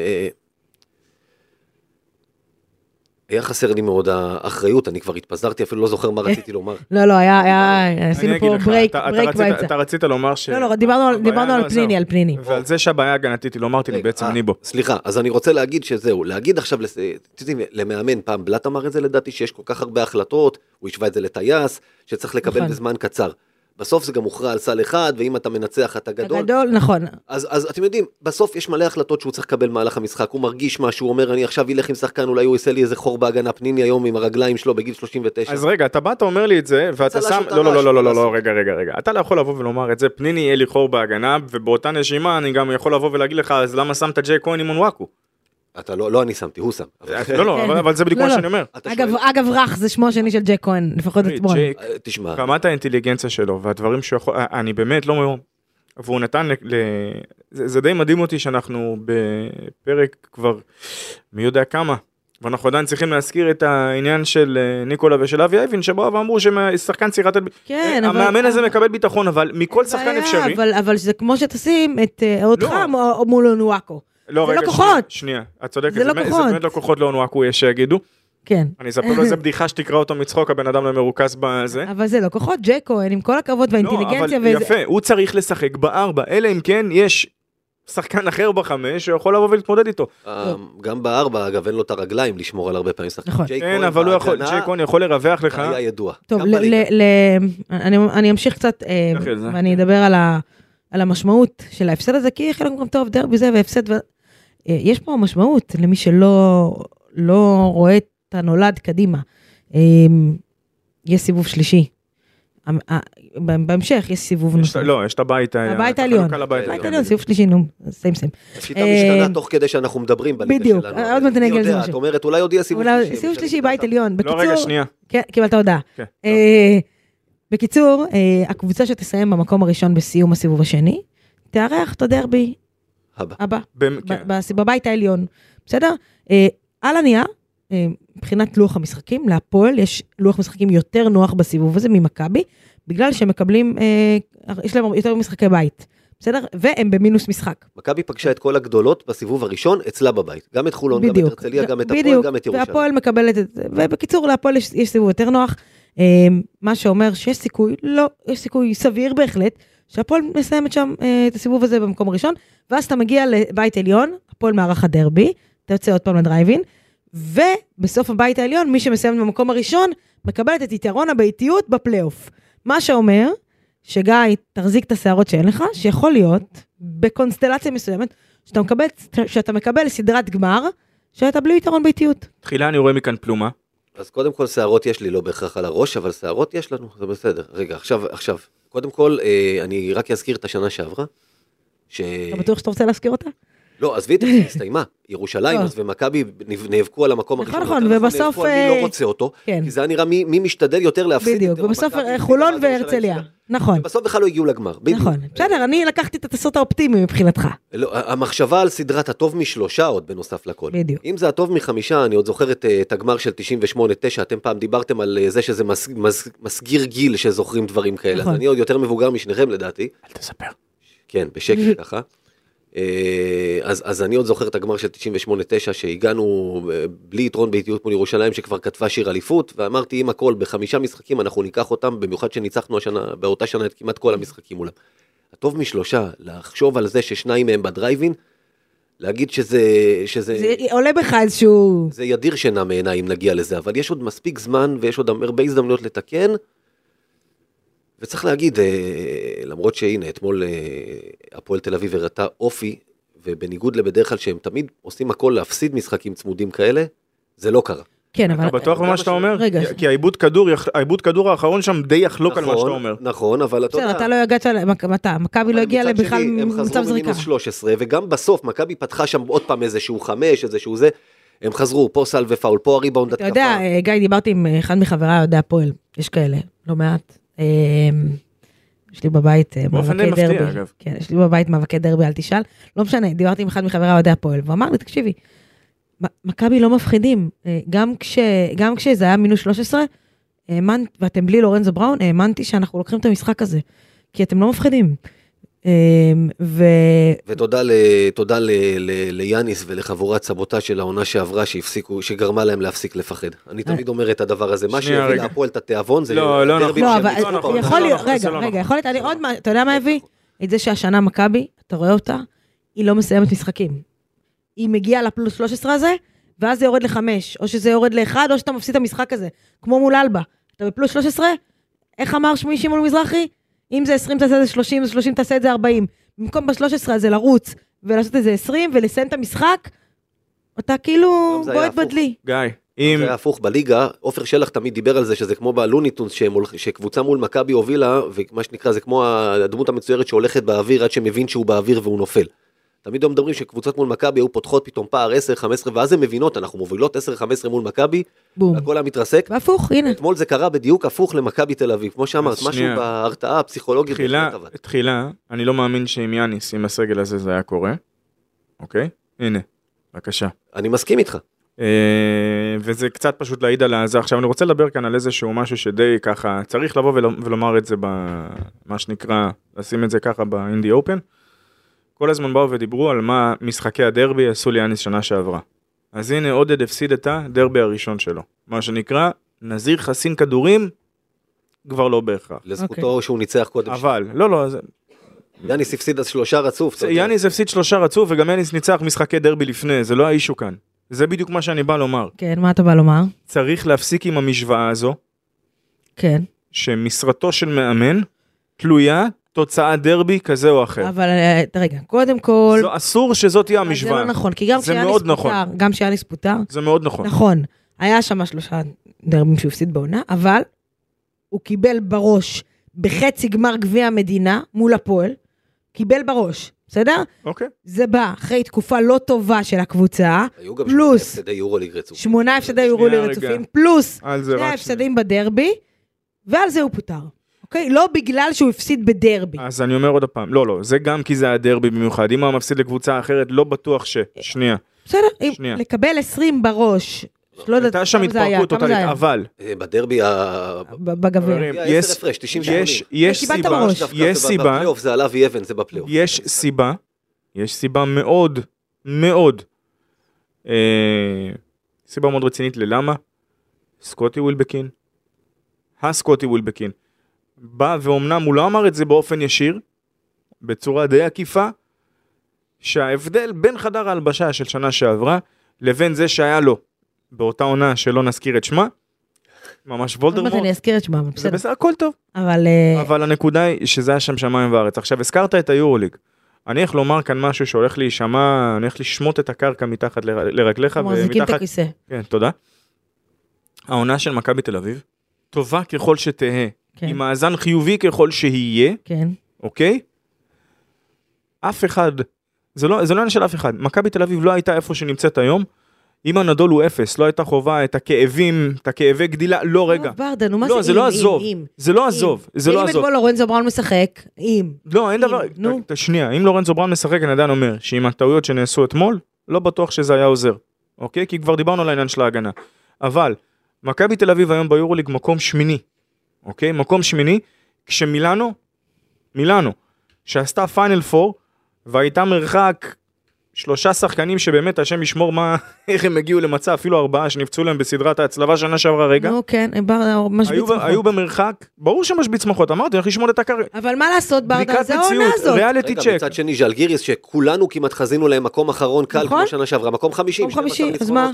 היה חסר לי מאוד האחריות, אני כבר התפזרתי, אפילו לא זוכר מה רציתי לומר. לא, עשינו פה ברייק באמצע. אתה רצית לומר ש... לא, דיברנו על פליני. ועל זה שהבעיה הגנתית, לא אמרתי לי בעצם ניבו. סליחה, אז אני רוצה להגיד שזהו, להגיד עכשיו, למאמן, פעם בלט אמר את זה לדעתי, שיש כל כך הרבה החלטות, הוא השווה את זה לטייס, שצריך לקבל בזמן קצר. בסוף זה גם מוכרע על סל אחד, ואם אתה מנצח אתה גדול. הגדול, נכון. אז אתם יודעים, בסוף יש מלא החלטות שהוא צריך לקבל מהלך המשחק, הוא מרגיש משהו, הוא אומר, אני עכשיו אלך עם שחקן, אולי הוא יעשה לי איזה חור בהגנה, פניני היום עם הרגליים שלו בגיל 39. אז רגע, אתה בא, אתה אומר לי את זה, ואתה שם, לא, רגע, אתה לא יכול לבוא ולומר את זה, פניני יהיה לי חור בהגנה, ובאותה נשימה אני גם יכול לבוא ולהגיד לך, אז למה שמת ג'יי כהן עם אונוואקו? אתה לא אני שמתי, הוא שם. לא, אבל זה בדיוק מה שאני אומר. אגב, רך זה שמו השני של ג'ק כהן, לפחות אתמול. תשמע. רמת האינטליגנציה שלו, והדברים שהוא יכול, אני באמת לא מרום. והוא נתן, זה די מדהים אותי שאנחנו בפרק כבר מי יודע כמה, ואנחנו עדיין צריכים להזכיר את העניין של ניקולה ושל אבי אייבין, שבאו ואמרו ששחקן צירת, המאמן הזה מקבל ביטחון, אבל מכל שחקן אפשרי. אבל זה כמו שתשים את אותך מול אונואקו. לא, רגע, שנייה, את צודקת, זה באמת לא כוחות לאונואקו יש שיגידו. כן. אני אספר לו איזה בדיחה שתקרא אותו מצחוק, הבן אדם לא מרוכז בזה. אבל זה לא כוחות, ג'ק כהן, עם כל הכבוד והאינטליגנציה. לא, אבל יפה, הוא צריך לשחק ב4, אלא אם כן יש שחקן אחר ב5 שיכול לבוא ולהתמודד איתו. גם ב4, אגב, אין לו את הרגליים לשמור על הרבה פעמים שחקן. כן, אבל ג'ק כהן יכול לרווח לך. היה ידוע. טוב, אני אמשיך קצת, ואני אדבר על המשמעות של ההפסד הזה, כי חלק גם טוב, דרבי זה והפסד, יש פה משמעות למי שלא רואה את הנולד קדימה. יש סיבוב שלישי. בהמשך יש סיבוב נוסף. לא, יש את הבית העליון. הבית העליון, סיבוב שלישי, נו, סיים. השיטה משתנה תוך כדי שאנחנו מדברים בליגה שלנו. בדיוק, עוד מעט נגיע לזה משהו. את אומרת, אולי עוד יהיה סיבוב שלישי. סיבוב שלישי, בית עליון. לא, רגע, שנייה. כן, קיבלת הודעה. בקיצור, הקבוצה שתסיים במקום הראשון בסיום הסיבוב השני, תארח את הדרבי הבא, בבית העליון. בסדר? על הנייר, מבחינת לוח המשחקים, להפועל יש לוח משחקים יותר נוח בסיבוב הזה ממכבי, בגלל שהם מקבלים, יש להם יותר משחקי בית. בסדר? והם במינוס משחק. מכבי פגשה את כל הגדולות בסיבוב הראשון אצלה בבית. גם את חולון, גם את הרצליה, גם את הפועל, גם את ירושלים. והפועל מקבלת את זה. ובקיצור, להפועל יש סיבוב יותר נוח. מה שאומר שיש סיכוי, לא, יש סיכוי סביר בהחלט, שהפועל מסיימת שם את הסיבוב הזה במקום הראשון, ואז אתה מגיע לבית עליון, הפועל מערך הדרבי, אתה יוצא עוד פעם לדרייבין, ובסוף הבית העליון, מי שמסיים במקום הראשון, מקבלת את יתרון הביתיות בפלייאוף. מה שאומר, שגיא, תחזיק את השערות שאין לך, שיכול להיות, בקונסטלציה מסוימת, שאתה מקבל סדרת גמר, שאתה בלי יתרון ביתיות. תחילה אני רואה מכאן פלומה. אז קודם כל, שערות יש לי, לא בהכרח על הראש, אבל שערות יש לנו, זה בסדר. רגע, עכשיו, קודם כל, אני רק אזכיר את השנה שעברה. אתה בטוח שאתה רוצה להזכיר אותה? לא, עזבי את זה, היא הסתיימה. ירושלים ומכבי נאבקו על המקום הראשון. נכון, ובסוף... אני לא רוצה אותו, כי זה היה נראה מי משתדל יותר להפסיד. בדיוק, ובסוף חולון והרצליה. נכון. בסוף בכלל לא הגיעו לגמר. נכון. בסדר, אני לקחתי את התסות האופטימי מבחינתך. המחשבה על סדרת הטוב מ3 עוד בנוסף לכל. בדיוק. אם זה הטוב מ5, אני עוד זוכר את הגמר של 98-9, אתם פעם דיברתם על זה שזה מסגיר גיל שזוכרים דברים כאלה. אז אני עוד יותר מבוגר משניכם לדעתי. אל תספר. כן, בשקט ככה. אז אני עוד זוכר את הגמר של 98-9 שהגענו בלי יתרון באיטיות מול ירושלים שכבר כתבה שיר אליפות, ואמרתי אם הכל ב5 משחקים אנחנו ניקח אותם, במיוחד שניצחנו השנה, באותה שנה את כמעט כל המשחקים מולם. הטוב מ3, לחשוב על זה ששניים מהם בדרייבין, להגיד שזה... זה עולה בך איזשהו... זה ידיר שינה מעיניי אם נגיע לזה, אבל יש עוד מספיק זמן ויש עוד הרבה הזדמנויות לתקן, וצריך להגיד, למרות שהנה, אתמול הפועל תל אביב הראתה אופי, ובניגוד לבדרך כלל שהם תמיד עושים הכל להפסיד משחקים צמודים כאלה, זה לא קרה. כן, אבל... אתה בטוח במה שאתה אומר? כי העיבוד כדור האחרון שם די יחלוק על מה שאתה אומר. נכון, אבל אתה יודע... אתה לא הגעת, מכבי לא הגיע בכלל מצב זריקה. הם חזרו מ-13, וגם בסוף מכבי פתחה שם עוד פעם איזשהו 5, איזשהו זה, הם חזרו, פה סל ופאול, פה הריבאונד התקפה. אתה יודע, גיא, דיברתי עם אחד מחבריי, יודע הפועל, יש כאלה, לא מעט. יש לי בבית מאבקי דרבי. כן, יש לי בבית מאבקי דרבי, אל תשאל. לא משנה, דיברתי עם אחד מחבריי אוהדי הפועל, ואמר לי, תקשיבי, מכבי לא מפחידים. גם כשזה היה מינוס 13, ואתם בלי לורנזו בראון, האמנתי שאנחנו לוקחים את המשחק הזה, כי אתם לא מפחידים. ותודה ליאניס ולחבורת סבוטה של העונה שעברה שגרמה להם להפסיק לפחד. אני תמיד אומר את הדבר הזה, מה שהביא להפועל את התיאבון זה דרבי יכול להיות, רגע, יכול להיות, אני עוד מה, אתה יודע מה הביא? את זה שהשנה מכבי, אתה רואה אותה, היא לא מסיימת משחקים. היא מגיעה לפלוס 13 הזה, ואז זה יורד ל5, או שזה יורד ל1, או שאתה מפסיד את המשחק הזה, כמו מול אלבה. אתה בפלוס 13, איך אמר שמעון מזרחי? אם זה 20 תעשה את זה 30, אז 30 תעשה את זה 40. במקום ב-13 הזה לרוץ, ולעשות את זה 20, ולסיים את המשחק, אתה כאילו בועט בדלי. גיא, זה היה הפוך בליגה, עופר שלח תמיד דיבר על זה, שזה כמו בלוניטונס, שקבוצה מול מכבי הובילה, ומה שנקרא זה כמו הדמות המצוירת שהולכת באוויר, עד שמבין שהוא באוויר והוא נופל. תמיד הם מדברים שקבוצות מול מכבי היו פותחות פתאום פער 10-15, ואז הן מבינות, אנחנו מובילות 10-15 מול מכבי, הכל היה מתרסק. והפוך, הנה. אתמול זה קרה בדיוק הפוך למכבי תל אביב, כמו שאמרת, משהו בהרתעה הפסיכולוגית. תחילה, אני לא מאמין שעם יאניס, עם הסגל הזה זה היה קורה. אוקיי? הנה, בבקשה. אני מסכים איתך. וזה קצת פשוט להעיד על זה. עכשיו אני רוצה לדבר כאן על איזשהו משהו שדי ככה, צריך לבוא ולומר את זה במה שנקרא, לשים את זה ככה באינדי אופן. כל הזמן באו ודיברו על מה משחקי הדרבי עשו ליאניס שנה שעברה. אז הנה עודד הפסיד את הדרבי הראשון שלו. מה שנקרא, נזיר חסין כדורים, כבר לא בהכרח. לזכותו שהוא ניצח קודם. אבל, לא. יאניס הפסיד אז 3 רצוף. יאניס הפסיד 3 רצוף, וגם יאניס ניצח משחקי דרבי לפני, זה לא האישו כאן. זה בדיוק מה שאני בא לומר. כן, מה אתה בא לומר? צריך להפסיק עם המשוואה הזו. כן. שמשרתו של מאמן תלויה תוצאה דרבי כזה או אחר. אבל רגע, קודם כל... אסור שזאת תהיה המשוואה. זה לא נכון, כי גם כשיאניס פוטר... זה מאוד נכון. נכון. היה שם 3 דרבים שהוא הפסיד בעונה, אבל הוא קיבל בראש בחצי גמר גביע המדינה מול הפועל, קיבל בראש, בסדר? אוקיי. זה בא אחרי תקופה לא טובה של הקבוצה, פלוס 8 הפסדי יורוליג רצופים, פלוס 2 הפסדים בדרבי, ועל זה הוא פוטר. אוקיי? לא בגלל שהוא הפסיד בדרבי. אז אני אומר עוד פעם, לא, זה גם כי זה היה דרבי במיוחד. אם הוא מפסיד לקבוצה אחרת, לא בטוח שנייה. בסדר, לקבל 20 בראש, לא יודעת הייתה שם התפרקות טוטלית, אבל... בדרבי בגביע. יש סיבה, זה עליו אבן, זה בפלייאוף. יש סיבה מאוד, מאוד, סיבה מאוד רצינית ללמה סקוטי ווילבקין, בא ואומנם הוא לא אמר את זה באופן ישיר, בצורה די עקיפה, שההבדל בין חדר ההלבשה של שנה שעברה, לבין זה שהיה לו, באותה עונה שלא נזכיר את שמה, ממש וולדרמורט. אני אזכיר את שמה, בסדר. זה בסדר, הכל טוב. אבל הנקודה היא שזה היה שם שמיים וארץ. עכשיו, הזכרת את היורוליג. אני הולך לומר כאן משהו שהולך להישמע, אני הולך לשמוט את הקרקע מתחת לרגליך. מחזיקים את הכיסא. כן, תודה. העונה של מכבי תל אביב, טובה ככל שתהה, עם מאזן חיובי ככל שיהיה, כן. אוקיי? אף אחד, זה לא עניין של אף אחד, מכבי תל אביב לא הייתה איפה שנמצאת היום, אם הנדול הוא 0, לא הייתה חובה את הכאבים, את הכאבי גדילה, לא רגע. ברדה, נו, מה לא, זה לא עזוב, זה לא עזוב, זה לא אם עזוב. אתמול לורנזו בראון משחק, לא, אין דבר, שנייה, אם לורנזו בראון משחק, אני עדיין אומר, שעם הטעויות שנעשו אתמול, לא בטוח שזה היה עוזר, אוקיי? כי כבר דיברנו על העניין של ההגנה. אבל, מכבי תל אביב היום ביורוליג מקום שמיני, אוקיי? מקום שמיני, כשמילאנו, שעשתה פיינל 4, והייתה מרחק 3 שחקנים שבאמת השם ישמור איך הם הגיעו למצב, אפילו 4 שנפצעו להם בסדרת ההצלבה שנה שעברה רגע. נו כן, משביץ שמחות. היו במרחק, ברור שמשביץ שמחות, אמרתי, איך לשמור את הקרי. אבל מה לעשות ברדה, זה העונה הזאת. ריאליטי צ'ק. מצד שני, ז'לגיריס, שכולנו כמעט חזינו להם מקום אחרון קל כמו שנה שעברה, מקום 50. אז מה?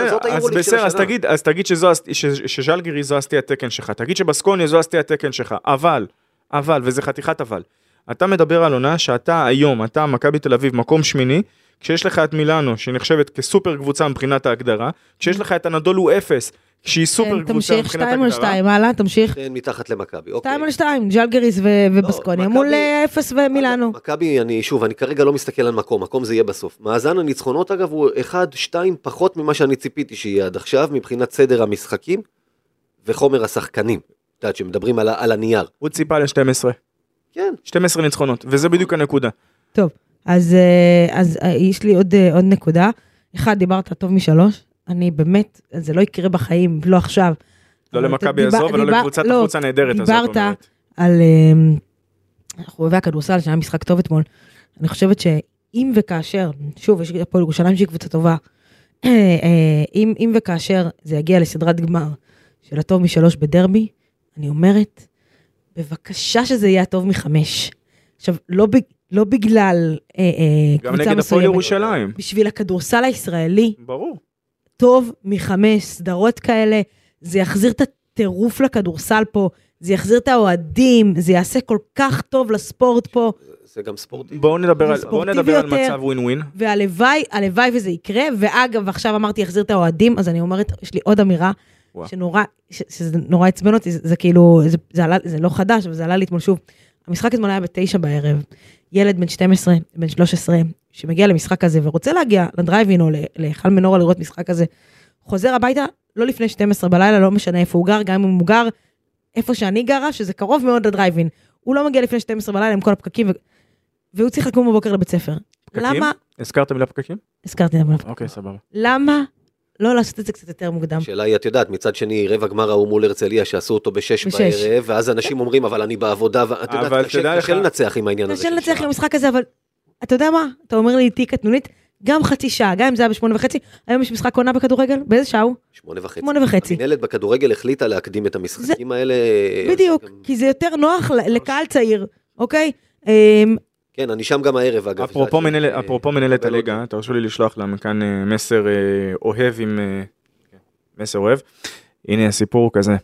אז תגיד שז'לגיריס זו עשתי התקן שלך, תגיד שבסקוניה זו עשתי התקן שלך, אבל, וזה חתיכת אבל. אתה מדבר על עונה שאתה היום, אתה מכבי תל אביב מקום שמיני, כשיש לך את מילאנו, שנחשבת כסופר קבוצה מבחינת ההגדרה, כשיש לך את הנדול הוא 0, כשהיא סופר קבוצה מבחינת ההגדרה. תמשיך, 2-2, הלאה, תמשיך. מתחת למכבי, 2-2, ג'לגריס ובסקוניה, מול 0 ומילאנו. מכבי, אני כרגע לא מסתכל על מקום זה יהיה בסוף. מאזן הניצחונות אגב הוא 1-2 פחות ממה שאני ציפיתי שיהיה עד עכשיו, מבחינת סדר המשחקים וחומר השחקנים. את יודעת, שמדברים על הנייר. הוא ציפה ל-12. כן. 12 ניצחונות, וזה בדיוק הנקודה. טוב. אז יש לי עוד נקודה. אחד, דיברת טוב מ3, אני באמת, זה לא יקרה בחיים, לא עכשיו. לא למכבי הזו, ולא לקבוצת החוצה נהדרת הזאת. דיברת על חובבי הכדורסל, שהיה משחק טוב אתמול. אני חושבת שאם וכאשר, שוב, יש פה ירושלים שהיא קבוצה טובה, אם וכאשר זה יגיע לסדרת גמר של הטוב מ3 בדרבי, אני אומרת, בבקשה שזה יהיה הטוב מ5. עכשיו, לא בגלל גם נגד הפועל ירושלים. בשביל הכדורסל הישראלי. ברור. טוב מ5 סדרות כאלה, זה יחזיר את הטירוף לכדורסל פה, זה יחזיר את האוהדים, זה יעשה כל כך טוב לספורט פה. זה גם ספורטיבי. בואו נדבר על מצב ווין ווין. והלוואי וזה יקרה, ואגב, עכשיו אמרתי יחזיר את האוהדים, אז אני אומרת, יש לי עוד אמירה, שזה נורא עצבן אותי, זה כאילו, זה לא חדש, אבל זה עלה לי אתמול שוב. המשחק אתמול היה ב9 בערב, ילד בן 12, בן 13, שמגיע למשחק הזה, ורוצה להגיע לדרייבין או להיכל מנורה לראות משחק הזה, חוזר הביתה, לא לפני 12 בלילה, לא משנה איפה הוא גר, גם אם הוא גר איפה שאני גרה, שזה קרוב מאוד לדרייבין. הוא לא מגיע לפני 12 בלילה עם כל הפקקים, והוא צריך לקום בבוקר לבית ספר. למה? הזכרת מילה פקקים? הזכרתי מילה פקקים. אוקיי, סבבה. למה? לא לעשות את זה קצת יותר מוקדם. השאלה היא, את יודעת, מצד שני, רבע גמר ההוא מול הרצליה, שעשו אותו ב6 בערב, ואז אנשים אומרים, אבל אני בעבודה, ואת יודעת, קשה לנצח עם העניין הזה. קשה לנצח עם המשחק הזה, אבל אתה יודע מה? אתה אומר לי איתי קטנונית, גם חצי שעה, גם אם זה היה ב8:30, היום יש משחק עונה בכדורגל, באיזה שעה הוא? 8:30. 8:30. המנהלת בכדורגל החליטה להקדים את המשחקים האלה. בדיוק, כי זה יותר נוח לקהל צעיר, אוקיי? כן, אני שם גם הערב, אגב. אפרופו מנהלת הליגה, תרשו לי לשלוח להם כאן מסר אוהב עם... מסר אוהב. הנה הסיפור כזה.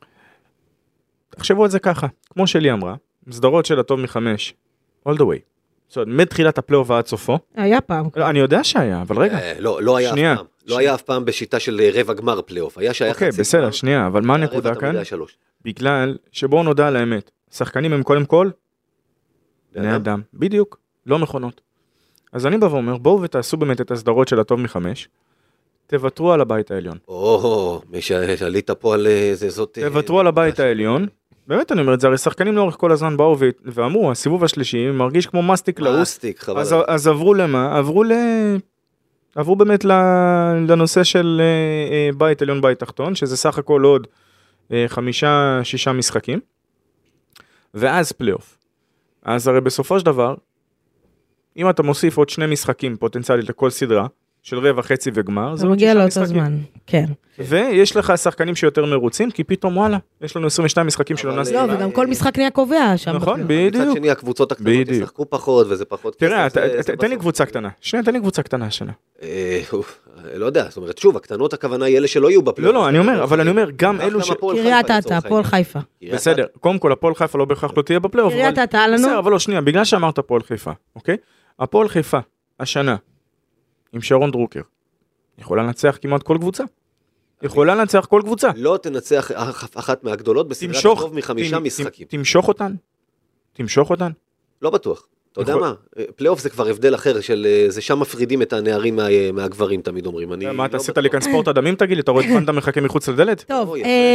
תחשבו על זה ככה, כמו שלי אמרה, סדרות של הטוב מ5, all the way. זאת אומרת, מתחילת הפלייאוף ועד סופו. היה פעם. אני יודע שהיה, אבל רגע. לא היה אף פעם. לא היה אף פעם בשיטה של רבע גמר פלייאוף. היה שהיה אוקיי, בסדר, שנייה, אבל מה הנקודה כאן? בגלל שבואו נודע על האמת. שחקנים הם קודם כל בני אדם. בדיוק, לא מכונות. אז אני בא ואומר, בואו ותעשו באמת את הסדרות של הטוב מ5, תוותרו על הבית העליון. מי שעלית פה על זאת... תוותרו על הבית העליון. באמת אני אומר את זה, הרי שחקנים לאורך כל הזמן באו ואמרו, הסיבוב השלישי מרגיש כמו מסטיק לעוס. אז עברו למה? עברו באמת לנושא של בית עליון, בית תחתון, שזה סך הכל עוד 5-6 משחקים. ואז פלייאוף. אז הרי בסופו של דבר, אם אתה מוסיף עוד 2 משחקים פוטנציאלית לכל סדרה, של רבע, חצי וגמר, זה מגיע לאותו זמן, כן. ויש לך שחקנים שיותר מרוצים, כי פתאום וואלה, יש לנו 22 משחקים שלא נעשה. לא, וגם כל משחק נהיה קובע שם. נכון, בדיוק. מצד שני, הקבוצות הקטנות ישחקו פחות, וזה פחות... תראה, תן לי קבוצה קטנה. תן לי קבוצה קטנה השנה. לא יודע, זאת אומרת, שוב, הקטנות הכוונה היא אלה שלא יהיו בפלייאוף. לא, אני אומר, גם אלו ש... קריית אתא, הפועל חיפה. בסדר, קודם כל, הפועל חיפה לא בהכרח לא תהיה בפלייאוף. קריית אתא לנו. בסדר, אבל לא, שנייה, בגלל שאמרת הפועל חיפה, אוקיי? הפועל חיפה, השנה, עם שרון דרוקר, יכולה לנצח כמעט כל קבוצה. יכולה לנצח כל קבוצה. לא תנצח אחת מהגדולות בסדרת טוב מ5 משחקים. תמשוך אותן? תמשוך אותן? לא בטוח. אתה יודע מה? פלייאוף זה כבר הבדל אחר, זה שם מפרידים את הנערים מהגברים, תמיד אומרים. מה, אתה עשית לי כאן ספורט אדמים, תגיד לי? אתה רואה את פנדה מחכה מחוץ לדלת? טוב,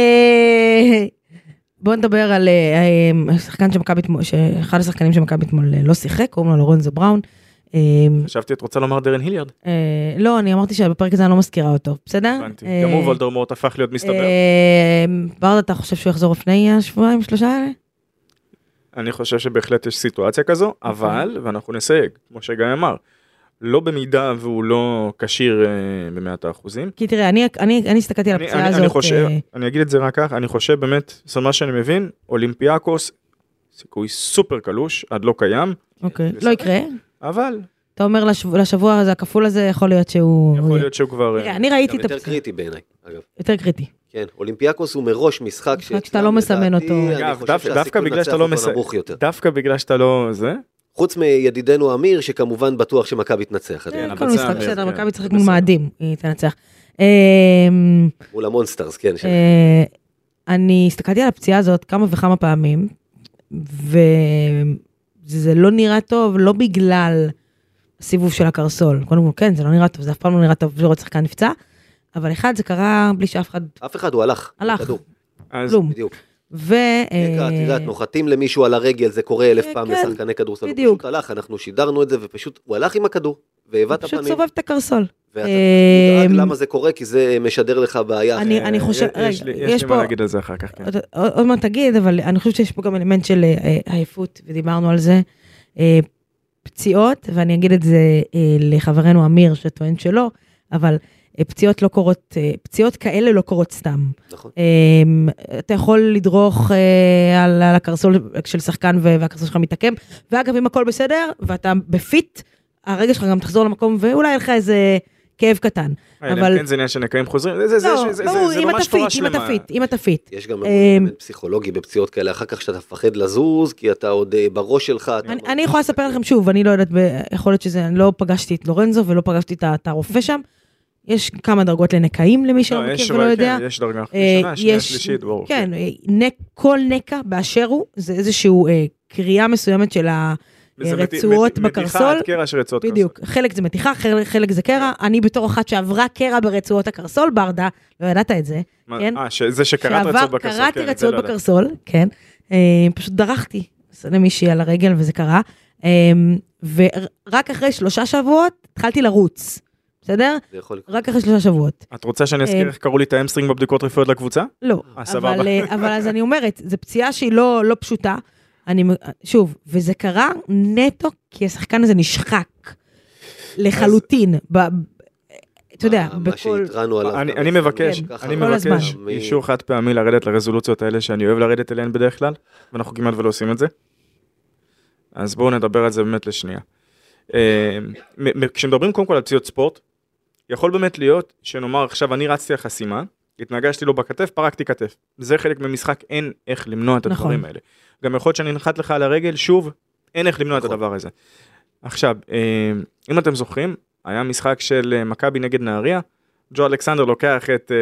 בואו נדבר על שחקן שמכבי, שאחד השחקנים שמכבי אתמול לא שיחק, קוראים לו לורנזו בראון. חשבתי, את רוצה לומר דרן היליארד? לא, אני אמרתי שבפרק הזה אני לא מזכירה אותו, בסדר? הבנתי, גם הוא וולדרמורט הפך להיות מסתבר. ברדה, אתה חושב שהוא יחזור לפני השבועיים, 3 האלה? אני חושב שבהחלט יש סיטואציה כזו, אבל, ואנחנו נסייג, כמו שגיא אמר, לא במידה והוא לא קשיר ב100%. כי תראה, אני הסתכלתי על הפציעה הזאת. אני אגיד את זה רק כך, אני חושב באמת, זאת מה שאני מבין, אולימפיאקוס, סיכוי סופר קלוש, עד לא קיים. אוקיי, לא יקרה. אבל... אתה אומר לשבוע הזה, הכפול הזה, יכול להיות שהוא... יכול להיות שהוא כבר... אני ראיתי את הפציעה. יותר קריטי בעיניי, אגב. יותר קריטי. כן, אולימפיאקוס הוא מראש משחק שאתה לא מסמן אותו. אגב, דווקא בגלל שאתה לא זה... חוץ מידידנו אמיר, שכמובן בטוח שמכבי תנצח. כל משחק בסדר, מכבי תשחק מול מאדים, היא תנצח. מול המונסטרס, כן. אני הסתכלתי על הפציעה הזאת כמה וכמה פעמים, וזה לא נראה טוב, לא בגלל הסיבוב של הקרסול. קודם כל, כן, זה לא נראה טוב, זה אף פעם לא נראה טוב לראות שחקן נפצע, אבל אחד, זה קרה בלי שאף אחד... אף אחד, הוא הלך. הלך. כלום. בדיוק. תראה, נוחתים למישהו על הרגל, זה קורה 1000 פעם לשחקני כדורסל, הוא פשוט הלך, אנחנו שידרנו את זה, ופשוט הוא הלך עם הכדור, והבאת הפנים. פשוט סובב את הקרסול. ואתה מודאג למה זה קורה, כי זה משדר לך בעיה. אני חושב, יש לי מה להגיד על זה אחר כך. עוד מה תגיד, אבל אני חושבת שיש פה גם אלמנט של עייפות, ודיברנו על זה, פציעות, ואני אגיד את זה לחברנו אמיר, שטוען שלא, אבל... פציעות לא קורות, פציעות כאלה לא קורות סתם. נכון. אתה יכול לדרוך על הקרסול של שחקן והקרסול שלך מתעקם, ואגב, אם הכל בסדר, ואתה בפיט, הרגע שלך גם תחזור למקום, ואולי יהיה לך איזה כאב קטן. אבל... כן, זה עניין שנקיים חוזרים, זה ממש תורה שלמה. אם אתה פיט. יש גם אלמנט פסיכולוגי בפציעות כאלה, אחר כך שאתה מפחד לזוז, כי אתה עוד בראש שלך. אני יכולה לספר לכם שוב, אני לא יודעת, יכול להיות שזה, אני לא פגשתי את לורנזו, ולא פגשתי את הרופא שם, יש כמה דרגות לנקאים למי שלא מכיר ולא יודע. יש דרגה ראשונה, שנייה, שלישית, ברור. כן, כל נקע באשר הוא, זה איזשהו קריאה מסוימת של הרצועות בקרסול. מתיחת קרע של רצועות קרסול. בדיוק, חלק זה מתיחה, חלק זה קרע. אני בתור אחת שעברה קרע ברצועות הקרסול, ברדה, לא ידעת את זה. זה שקראת רצועות בקרסול. קראתי רצועות בקרסול, כן. פשוט דרכתי למישהי על הרגל וזה קרה. ורק אחרי 3 שבועות התחלתי לרוץ. בסדר? רק אחרי 3 שבועות. את רוצה שאני אזכיר איך קראו לי את האמסטרינג בבדיקות רפואיות לקבוצה? לא, אבל אז אני אומרת, זו פציעה שהיא לא פשוטה, שוב, וזה קרה נטו, כי השחקן הזה נשחק לחלוטין, אתה יודע, מה שהתרענו עליו. אני מבקש אישור חד פעמי לרדת לרזולוציות האלה, שאני אוהב לרדת אליהן בדרך כלל, ואנחנו כמעט ולא עושים את זה. אז בואו נדבר על זה באמת לשנייה. כשמדברים קודם כל על פציעות ספורט, יכול באמת להיות שנאמר עכשיו אני רצתי החסימה, התנגשתי לו בכתף, פרקתי כתף. זה חלק ממשחק, אין איך למנוע את הדברים האלה. גם יכול להיות שאני נחת לך על הרגל, שוב, אין איך למנוע את הדבר הזה. עכשיו, אם אתם זוכרים, היה משחק של מכבי נגד נהריה, ג'ו אלכסנדר לוקח את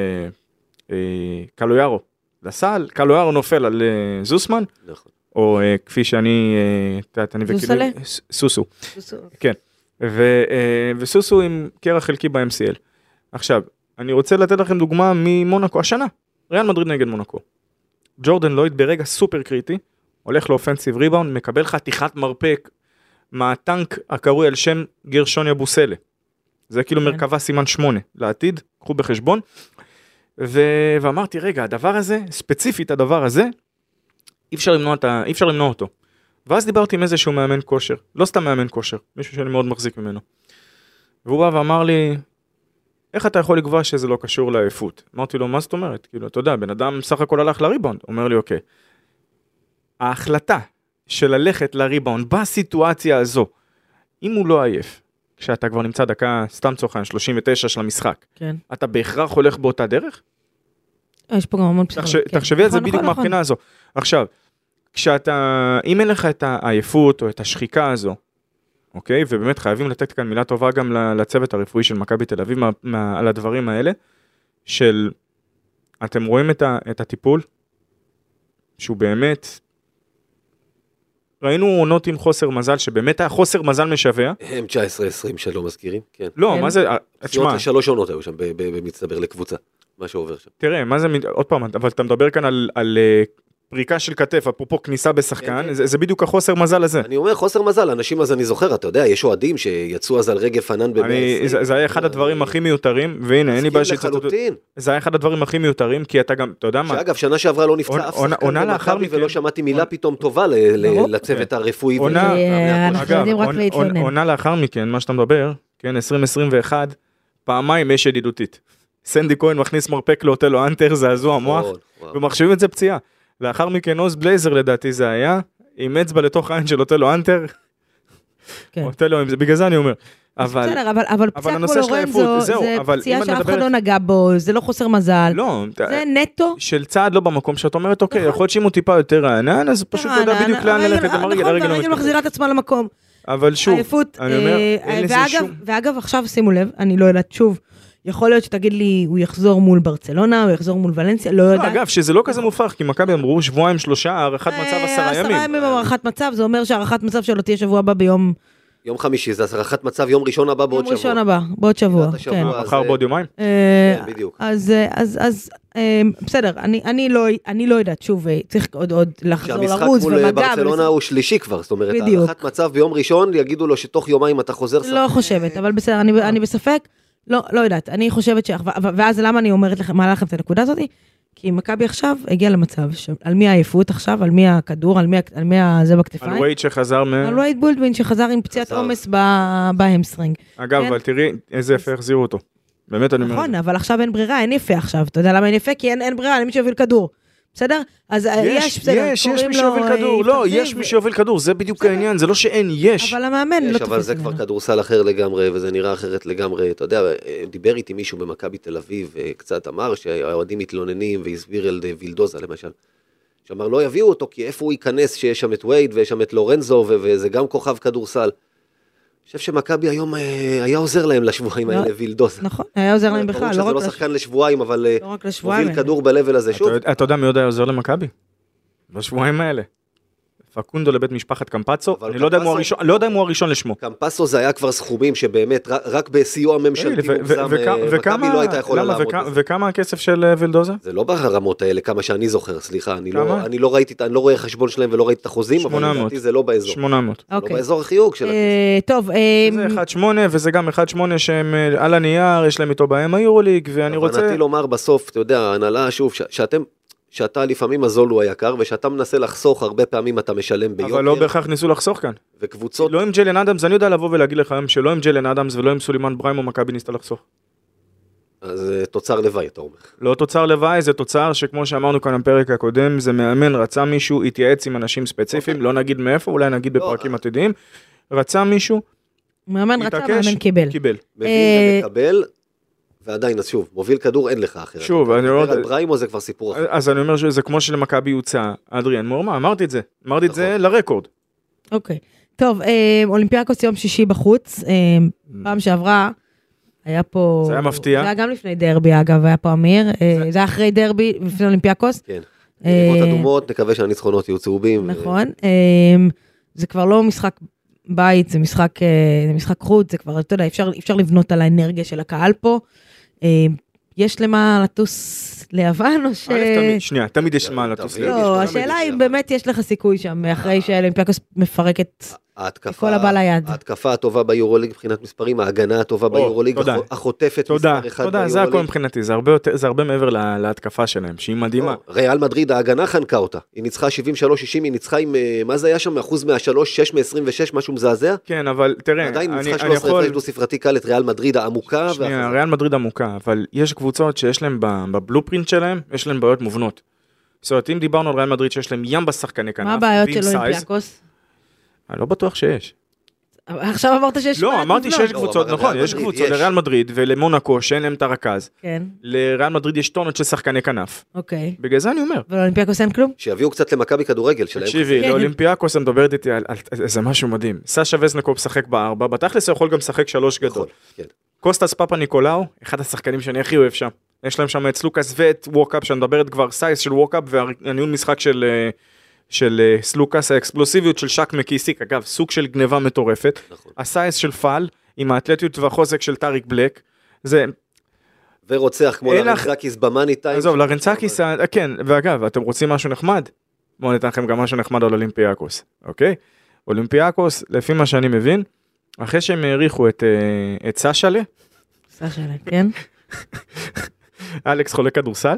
קלויארו לסל, קלויארו נופל על זוסמן, או כפי שאני, זוסלה? סוסו. כן. וסוסו עם קרע חלקי ב-MCL. עכשיו, אני רוצה לתת לכם דוגמה ממונקו השנה. ריאל מדריד נגד מונקו. ג'ורדן לויד ברגע סופר קריטי, הולך לאופנסיב ריבאונד, מקבל חתיכת מרפק מהטנק הקרוי על שם גרשון יבוסלה. זה כאילו מרכבה סימן 8 לעתיד, קחו בחשבון. ואמרתי, רגע, הדבר הזה, ספציפית הדבר הזה, אי אפשר למנוע אותו. ואז דיברתי עם איזשהו מאמן כושר, לא סתם מאמן כושר, מישהו שאני מאוד מחזיק ממנו. והוא בא ואמר לי, איך אתה יכול לקבוע שזה לא קשור לעייפות? אמרתי לו, מה זאת אומרת? כאילו, אתה יודע, בן אדם סך הכל הלך לריבאונד. אומר לי, אוקיי. ההחלטה של ללכת לריבאונד בסיטואציה הזו, אם הוא לא עייף, כשאתה כבר נמצא דקה, סתם צוחן, 39 של המשחק, כן. אתה בהכרח הולך באותה דרך? יש פה גם המון פסיכולוגיה. תחשבי על זה בדיוק מהבחינה הזו. עכשיו, אם אין לך את העייפות או את השחיקה הזו, אוקיי? ובאמת חייבים לתת כאן מילה טובה גם לצוות הרפואי של מכבי תל אביב על הדברים האלה, של אתם רואים את הטיפול, שהוא באמת ראינו עונות עם חוסר מזל, שבאמת היה חוסר מזל משווע. הם 19-20 שלא מזכירים, כן. לא, מה זה, תשמע. 3 עונות היו שם, במצטבר לקבוצה, מה שעובר שם. תראה, מה זה, עוד פעם, אבל אתה מדבר כאן על פריקה של כתף, אפרופו כניסה בשחקן, זה בדיוק החוסר מזל הזה. אני אומר חוסר מזל, אנשים אז אני זוכר, אתה יודע, יש אוהדים שיצאו אז על רגל פנן זה היה אחד הדברים הכי מיותרים, והנה, אין לי בעיה שיצטטו. זה היה אחד הדברים הכי מיותרים, כי אתה גם, אתה יודע מה? שאגב, שנה שעברה לא נפצע אף שחקן במכבי, ולא שמעתי מילה פתאום טובה לצוות הרפואי. עונה לאחר מכן, מה שאתה מדבר, כן, 2021, פעמיים יש ידידותית. סנדי כהן מכניס מרפק לאוטלו אנטר, זעזוע המוח, ומחשבים את זה פציעה. לאחר מכן אוז בלייזר לדעתי זה היה, עם אצבע לתוך העין של אוטלו אנטר, אוטלו, בגלל זה אני אומר. אבל פציעה כמו לורנזו, זה פציעה שאף אחד לא נגע בו, זה לא חוסר מזל, זה נטו. של צעד לא במקום שאת אומרת, אוקיי, יכול להיות שאם הוא טיפה יותר רענן, אז פשוט לא יודע בדיוק לאן ללכת, הרגל מחזירה את עצמה למקום. אבל שוב, אני אומר, אין לזה שום. ואגב, עכשיו שימו לב, אני לא יודעת שוב, יכול להיות שתגיד לי, הוא יחזור מול ברצלונה, הוא יחזור מול ולנסיה, לא יודע. אגב, שזה לא כזה מופרך, כי מכבי אמרו 2-3 הערכת מצב 10 ימים. 10 ימים הערכת מצב, זה אומר שהערכת מצב שלו תהיה שבוע הבא ביום... יום חמישי, זה הערכת מצב יום ראשון הבא בעוד שבוע. יום ראשון הבא, בעוד שבוע, כן. מחר בעוד יומיים? בדיוק. אז בסדר, אני לא יודעת, שוב, צריך עוד לחזור לרוץ שהמשחק מול ברצלונה הוא שלישי כבר, זאת אומרת, הערכת מצב ביום ראשון, יגידו לו שתוך יומיים אתה חוזר. לא חושבת, אבל בסדר, אני בספק. לא יודעת, אני חושבת ואז למה אני אומרת לכם, מעלה לכם את הנקודה הזאת? כי מכבי עכשיו הגיע למצב, על מי העייפות עכשיו, על מי הכדור, על מי זה בכתפיים. על וייד שחזר על וייד בולדווין שחזר עם פציעת עומס בהמסטרינג. אגב, אבל תראי איזה יפה החזירו אותו. באמת אני אומר. נכון, אבל עכשיו אין ברירה, אין יפה עכשיו. אתה יודע למה אין יפה? כי אין ברירה, אין מי שיוביל כדור. בסדר? אז יש מי שיוביל כדור, לא, יש מי שיוביל כדור, זה בדיוק העניין, זה לא שאין, יש. אבל המאמן לא תופס. אבל זה כבר כדורסל אחר לגמרי, וזה נראה אחרת לגמרי, אתה יודע, דיבר איתי מישהו במכבי תל אביב, וקצת אמר שהאוהדים מתלוננים, והסביר על וילדוזה למשל, שאמר לא יביאו אותו, כי איפה הוא ייכנס שיש שם את וייד, ויש שם את לורנזו, וזה גם כוכב כדורסל. אני חושב שמכבי היום היה עוזר להם לשבועיים האלה, וילדוזה. נכון, היה עוזר להם בכלל. זה לא שחקן לשבועיים, אבל מוביל כדור בלבל הזה. שוב. אתה יודע מי עוד היה עוזר למכבי? בשבועיים האלה. פקונדו לבית משפחת קמפצו, אני לא יודע אם הוא הראשון לשמו. קמפצו זה היה כבר סכומים שבאמת, רק בסיוע ממשלתי מוגזם, מכבי לא הייתה יכולה לעמוד בזה. וכמה הכסף של וילדוזה? זה לא ברמות האלה, כמה שאני זוכר, סליחה, אני לא ראיתי, אני לא רואה חשבון שלהם ולא ראיתי את החוזים, אבל לדעתי זה לא באזור. 800. לא באזור החיוג של הכסף. טוב. זה 1.8 וזה גם 1.8 שהם על הנייר, יש להם איתו בהם היורוליג, ואני רוצה... הבנתי לומר בסוף, אתה יודע, הנהלה, שוב, שאתה לפעמים הזול הוא היקר, ושאתה מנסה לחסוך, הרבה פעמים אתה משלם ביוקר. אבל לא בהכרח ניסו לחסוך כאן. וקבוצות... לא עם ג'לן אדמס, אני יודע לבוא ולהגיד לך שלא עם ג'לן אדמס ולא עם סולימן בריימו מכבי ניסתה לחסוך. אז תוצר לוואי, אתה אומר. לא תוצר לוואי, זה תוצר שכמו שאמרנו כאן בפרק הקודם, זה מאמן, רצה מישהו, התייעץ עם אנשים ספציפיים, לא נגיד מאיפה, אולי נגיד בפרקים עתידיים, רצה מישהו, מאמן רצה, מאמן קיבל. מבין ומקבל, ועדיין, אז שוב, מוביל כדור אין לך אחרת. שוב, אני אומר... על בריימו זה כבר סיפור אחר. אז אני אומר שזה כמו שלמכבי יוצא, אדריאן מורמה, אמרתי את זה לרקורד. אוקיי. טוב, אולימפיאקוס יום שישי בחוץ, פעם שעברה, היה פה... זה היה מפתיע. זה היה גם לפני דרבי, אגב, היה פה אמיר, זה היה אחרי דרבי, לפני אולימפיאקוס. כן. נקוות אדומות, נקווה שהניצחונות יהיו צהובים. נכון. זה כבר לא משחק בית, זה משחק חוץ, זה כבר, אתה יודע, אפשר לבנות על האנרגיה של הקהל פה. יש למה לטוס ליוון או ש... שנייה, תמיד יש מה לטוס ליוון. לא, השאלה היא באמת יש לך סיכוי שם, אחרי שאולימפיאקוס מפרקת כל הבא ליד. ההתקפה הטובה ביורוליג מבחינת מספרים, ההגנה הטובה ביורוליג, החוטפת מספר אחד ביורוליג. זה הכל מבחינתי, זה הרבה מעבר להתקפה שלהם, שהיא מדהימה. ריאל מדריד, ההגנה חנקה אותה, היא ניצחה 73-60, היא ניצחה עם, מה זה היה שם, אחוז מה-3, 6 מ-26, משהו מזעזע? כן, אבל תראה, עדיין ניצחה 13 הפרש דו-ספרתי קל את ריאל מדריד העמוקה. שנייה, ריאל מדריד עמוקה, אבל יש קבוצות שיש להם בבלופרינט שלהם, יש להם בעיות מובנות. זאת אומרת, אם דיברנו על ריאל מדריד שיש להם ים בשחקני כנף, מה הבעיות של אולימפיאקוס? אני לא בטוח שיש. עכשיו אמרת שיש... לא, אמרתי שיש קבוצות, נכון, יש קבוצות לריאל מדריד ולמונקו שאין להם את הרכז. כן. לריאל מדריד יש טונות של שחקני כנף. אוקיי. בגלל זה אני אומר. ולאולימפיאקוס אין כלום? שיביאו קצת למכבי כדורגל שלהם. תקשיבי, לאולימפיאקוס אני מדברת איתי על איזה משהו מדהים. סשה וזנקוב שחק ב4, בתכלס יכול גם לשחק 3 גדול. קוסטס פאפה ניקולאו, אחד השחקנים שאני הכי אוהב שם. יש להם שם את סלוקאס ואת ווקאפ, שאני מדברת כבר סייס של ווקאפ, והניהול משחק של של סלוקס, האקספלוסיביות של שק מקיסיק, אגב, סוג של גניבה מטורפת, נכון. הסייס של פאל, עם האתלטיות והחוזק של טאריק בלק, זה... ורוצח כמו לרנצקיס במאני טיים. עזוב, לרנצקיס, כן, ואגב, אתם רוצים משהו נחמד? בואו ניתן לכם גם משהו נחמד על אולימפיאקוס, אוקיי? אולימפיאקוס, לפי מה שאני מבין, אחרי שהם העריכו את סשלה, כן. אלכס חולה כדורסל,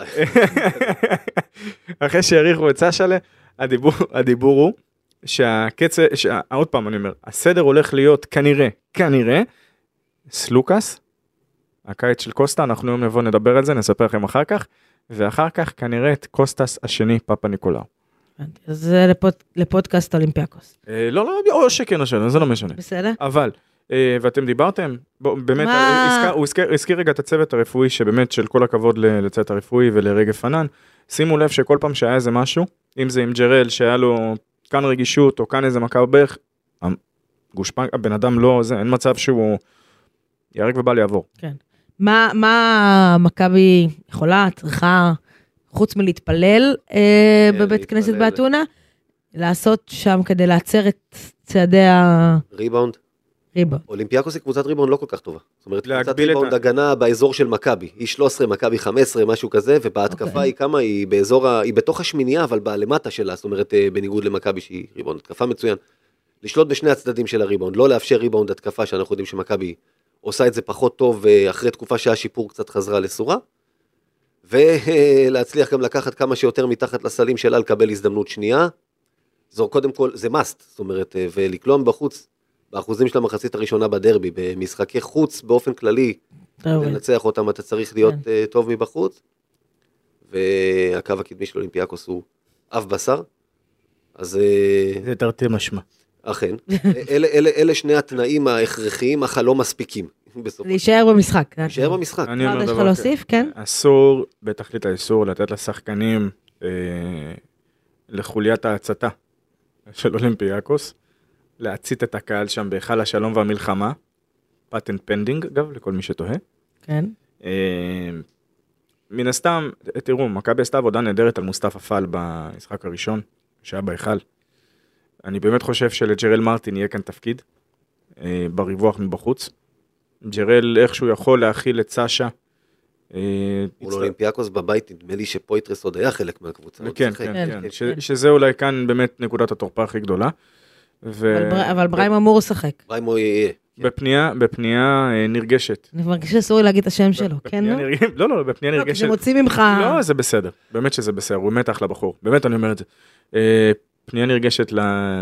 אחרי שהעריכו את סשלה, הדיבור הוא שהקצה, עוד פעם אני אומר, הסדר הולך להיות כנראה, סלוקס, הקיץ של קוסטה, אנחנו היום נבוא נדבר על זה, נספר לכם אחר כך, ואחר כך כנראה את קוסטס השני, פאפה ניקולאו. אז זה לפודקאסט אולימפיאקוס. לא, או שכן או שלא, זה לא משנה. בסדר. אבל, ואתם דיברתם, באמת, הוא הזכיר רגע את הצוות הרפואי, שבאמת של כל הכבוד לצוות הרפואי ולרגב פנן, שימו לב שכל פעם שהיה איזה משהו, אם זה עם ג'רל שהיה לו כאן רגישות, או כאן איזה מכה בברך, הבן אדם לא, אין מצב שהוא ירק ובל יעבור. כן. מה מכבי יכולה, צריכה, חוץ מלהתפלל בבית כנסת באתונה, לעשות שם כדי לעצר את צעדי ריבאונד. אולימפיאקוס היא קבוצת ריבאונד לא כל כך טובה. זאת אומרת, קבוצת ריבאונד הגנה באזור של מכבי. היא 13, מכבי 15, משהו כזה, ובהתקפה היא כמה, היא בתוך השמינייה, אבל למטה שלה, זאת אומרת, בניגוד למכבי שהיא ריבאונד. התקפה מצוין. לשלוט בשני הצדדים של הריבאונד, לא לאפשר ריבאונד התקפה, שאנחנו יודעים שמכבי עושה את זה פחות טוב, אחרי תקופה שהשיפור קצת חזרה לסורה, ולהצליח גם לקחת כמה שיותר מתחת לסלים שלה, לקבל הזדמנות שנייה. זו קודם כל, זה מאסט, זאת אומרת, ולקלום בחוץ, באחוזים של המחצית הראשונה בדרבי, במשחקי חוץ באופן כללי, לנצח אותם אתה צריך להיות טוב מבחוץ, והקו הקדמי של אולימפיאקוס הוא אב בשר, אז... זה תרתי משמע. אכן, אלה שני התנאים ההכרחיים, אך לא מספיקים. להישאר במשחק. להישאר במשחק. יש לך להוסיף, כן? אסור, בתכלית האיסור, לתת לשחקנים לחוליית ההצתה של אולימפיאקוס, להצית את הקהל שם בהיכל השלום והמלחמה, פטנט פנדינג, אגב, לכל מי שתוהה. כן. מן הסתם, תראו, מכבי עשתה עבודה נהדרת על מוסטפא פאל במשחק הראשון, שהיה בהיכל. אני באמת חושב שלג'רל מרטין יהיה כאן תפקיד, בריווח מבחוץ. ג'רל איכשהו יכול להכיל את סשה. מול אולימפיאקוס בבית, נדמה לי שפויטרס עוד היה חלק מהקבוצה. כן, שזה אולי כאן באמת נקודת התורפה הכי גדולה. אבל בריים אמור לשחק. בריים הוא יהיה. בפנייה נרגשת. אני מרגיש שאסור להגיד את השם שלו, כן? לא, בפנייה נרגשת. כשזה מוציא ממך... לא, זה בסדר. באמת שזה בסדר, הוא באמת אחלה בחור. באמת אני אומר את זה. פנייה נרגשת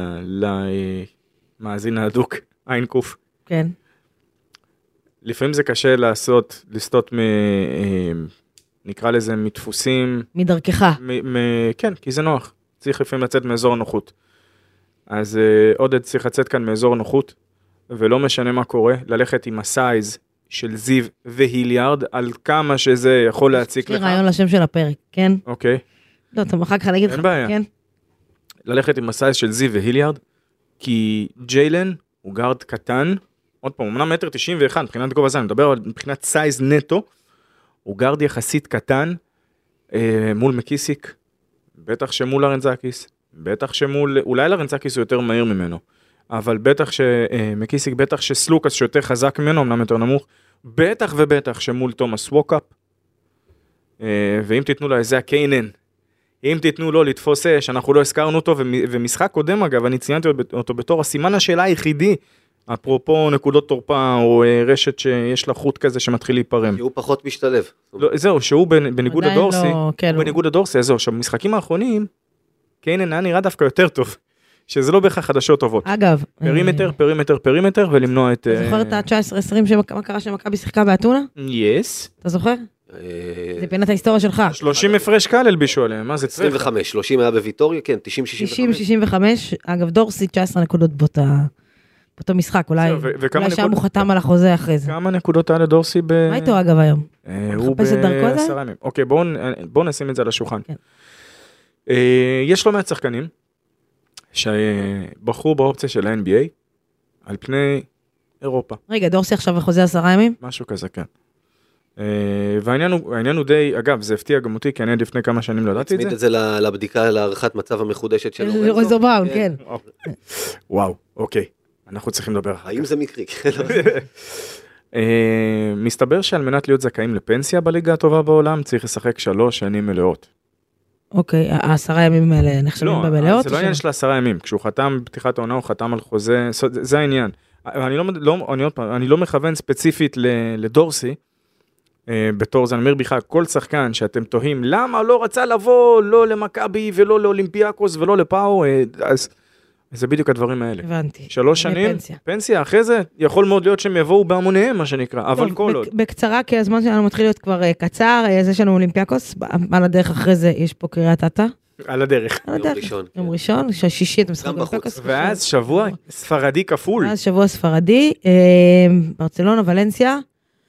למאזין הדוק, עין קוף. כן. לפעמים זה קשה לסטות נקרא לזה מדפוסים. מדרכך. כן, כי זה נוח. צריך לפעמים לצאת מאזור הנוחות. אז עודד צריך לצאת כאן מאזור הנוחות, ולא משנה מה קורה, ללכת עם הסייז של זיו והיליארד, על כמה שזה יכול להציק לך. יש לי רעיון לשם של הפרק, כן? אוקיי. לא, אתה אחר כך נגיד לך, אין בעיה. כן? ללכת עם הסייז של זיו והיליארד, כי ג'יילן הוא גארד קטן, עוד פעם, אמנם 1.91 מבחינת גובה זה, אני מדבר על מבחינת סייז נטו, הוא גארד יחסית קטן, מול מקיסיק, בטח שמול לרנצקיס, בטח שמול, אולי לרנצקיס הוא יותר מהיר ממנו, אבל בטח שמקיסיק, בטח שסלוקס שיותר חזק ממנו, אמנם יותר נמוך, בטח ובטח שמול תומאס ווקאפ, ואם תיתנו לו איזה הקיינן, אם תיתנו לו לתפוס שאנחנו לא הזכרנו אותו, ומשחק קודם אגב, אני ציינתי אותו בתור הסימן השאלה היחידי, אפרופו נקודות תורפה או רשת שיש לה חוט כזה שמתחיל להיפרם. כי הוא פחות משתלב. זהו, שהוא בניגוד לדורסי, בניגוד לדורסי, זהו, שבמשחקים האחרונים, קיינן היה נראה דווקא יותר טוב, שזה לא בהכרח חדשות טובות. אגב. פרימטר, ולמנוע את... אתה זוכר את ה-19-20 מה קרה שמכבי שיחקה באתונה? יס. אתה זוכר? זה פינת ההיסטוריה שלך. 30 הפרש קל הלבישו עליהם, מה זה צריך? 25, 30 היה בוויטוריה, כן, 90-65. 90-65, אגב דורסי 19 נקודות באותו משחק, אולי שם הוא חתם על החוזה אחרי זה. כמה נקודות היה לדורסי ב... מה איתו אגב היום? הוא ב10 ימים. אוקיי, בואו נשים את זה על השולחן. יש לו מעט שחקנים שבחרו באופציה של ה-NBA על פני אירופה. רגע, דורסי עכשיו בחוזה 10 ימים? משהו כזה, כן. והעניין הוא די, אגב, זה הפתיע גם אותי, כי אני עד לפני כמה שנים לא ידעתי את זה. תצמיד את זה לבדיקה, להערכת מצב המחודשת של לורנזו בראון, כן. וואו, אוקיי, אנחנו צריכים לדבר. האם זה מקרי? מסתבר שעל מנת להיות זכאים לפנסיה בליגה הטובה בעולם, צריך לשחק 3 שנים מלאות. אוקיי, 10 ימים האלה נחשבים במלאות? לא, זה לא עניין של 10 ימים. כשהוא חתם בפתיחת העונה, הוא חתם על חוזה, זה העניין. אני לא מכוון ספציפית לדורסי, בתור זה, אני אומר בכלל, כל שחקן שאתם תוהים, למה לא רצה לבוא, לא למכבי ולא לאולימפיאקוס ולא לפאו, אז זה בדיוק הדברים האלה. הבנתי. 3 שנים, פנסיה, אחרי זה יכול מאוד להיות שהם יבואו בהמוניהם, מה שנקרא, אבל כל עוד. בקצרה, כי הזמן שלנו מתחיל להיות כבר קצר, זה שלנו אולימפיאקוס, על הדרך אחרי זה יש פה קריית אתא. על הדרך. יום ראשון, שישי אתה משחק אולימפיאקוס. ואז שבוע ספרדי כפול. ואז שבוע ספרדי, ברצלונה, ולנסיה,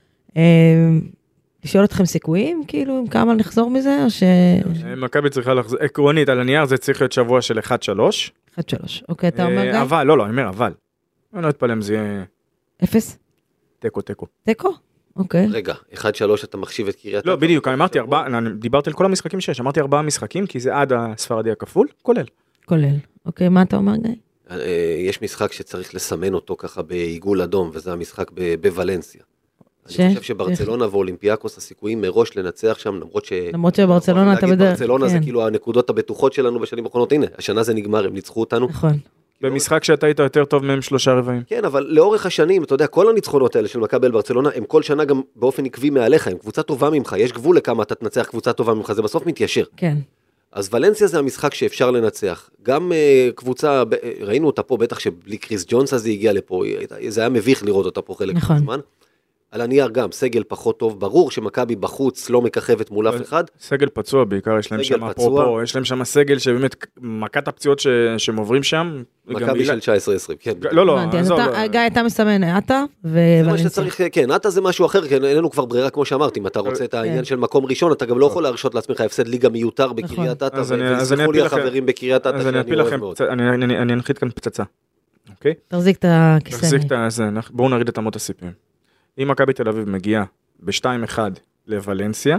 לשאול אתכם סיכויים, כאילו, כמה נחזור מזה, או ש... מכבי צריכה לחזור, עקרונית, על הנייר זה צריך להיות שבוע של 1-3. 1-3, אוקיי, אתה אומר גיא? אבל, לא, אני אומר, אבל. אני לא אתפלם, זה יהיה... 0? תיקו. תיקו? אוקיי. רגע, 1-3 אתה מחשיב את קריית... לא, בדיוק, אמרתי 4, דיברתי על כל המשחקים שיש, אמרתי 4 משחקים, כי זה עד הספרדי הכפול, כולל. אוקיי, מה אתה אומר גיא? יש משחק שצריך לסמן אותו ככה בעיגול אדום, וזה המשחק בוולנסיה. אני חושב שברצלונה ואולימפיאקוס הסיכויים מראש לנצח שם, למרות שברצלונה אתה בדרך. ברצלונה זה כאילו הנקודות הבטוחות שלנו בשנים האחרונות, הנה, השנה זה נגמר, הם ניצחו אותנו. נכון. במשחק שאתה היית יותר טוב מהם 3 רבעים. כן, אבל לאורך השנים, אתה יודע, כל הניצחונות האלה של מכבי ברצלונה, הם כל שנה גם באופן עקבי מעליך, הם קבוצה טובה ממך, יש גבול לכמה אתה תנצח קבוצה טובה ממך, זה בסוף מתיישר. כן. אז ולנסיה זה המשחק שאפשר לנצח. גם קבוצה, ראינו אותה פה, בטח שבלי קריס ג'ונס אז היא הגיעה לפה, זה היה מביך לראות אותה פה חלק מהזמן. על הנייר גם, סגל פחות טוב, ברור שמכבי בחוץ לא מככבת מול אף אחד. סגל פצוע בעיקר, יש להם שם אפרופו, יש להם שם סגל שבאמת, מכת הפציעות שהם עוברים שם. מכבי של 19-20, כן. לא, גיא, אתה מסמן, עטה זה מה שצריך, כן, עטה זה משהו אחר, כן, אין לנו כבר ברירה כמו שאמרתי, אם אתה רוצה את העניין של מקום ראשון, אתה גם לא יכול להרשות לעצמך הפסד ליגה מיותר בקריית עטה, וזכו לי החברים בקריית עטה, שאני אוהב מאוד. אני אנחית כאן פצצה, אוקיי? תחזיק את הכיסא. בואו נריד את אמות הסיפים. אם מכבי תל אביב מגיעה ב-2-1 לוולנסיה.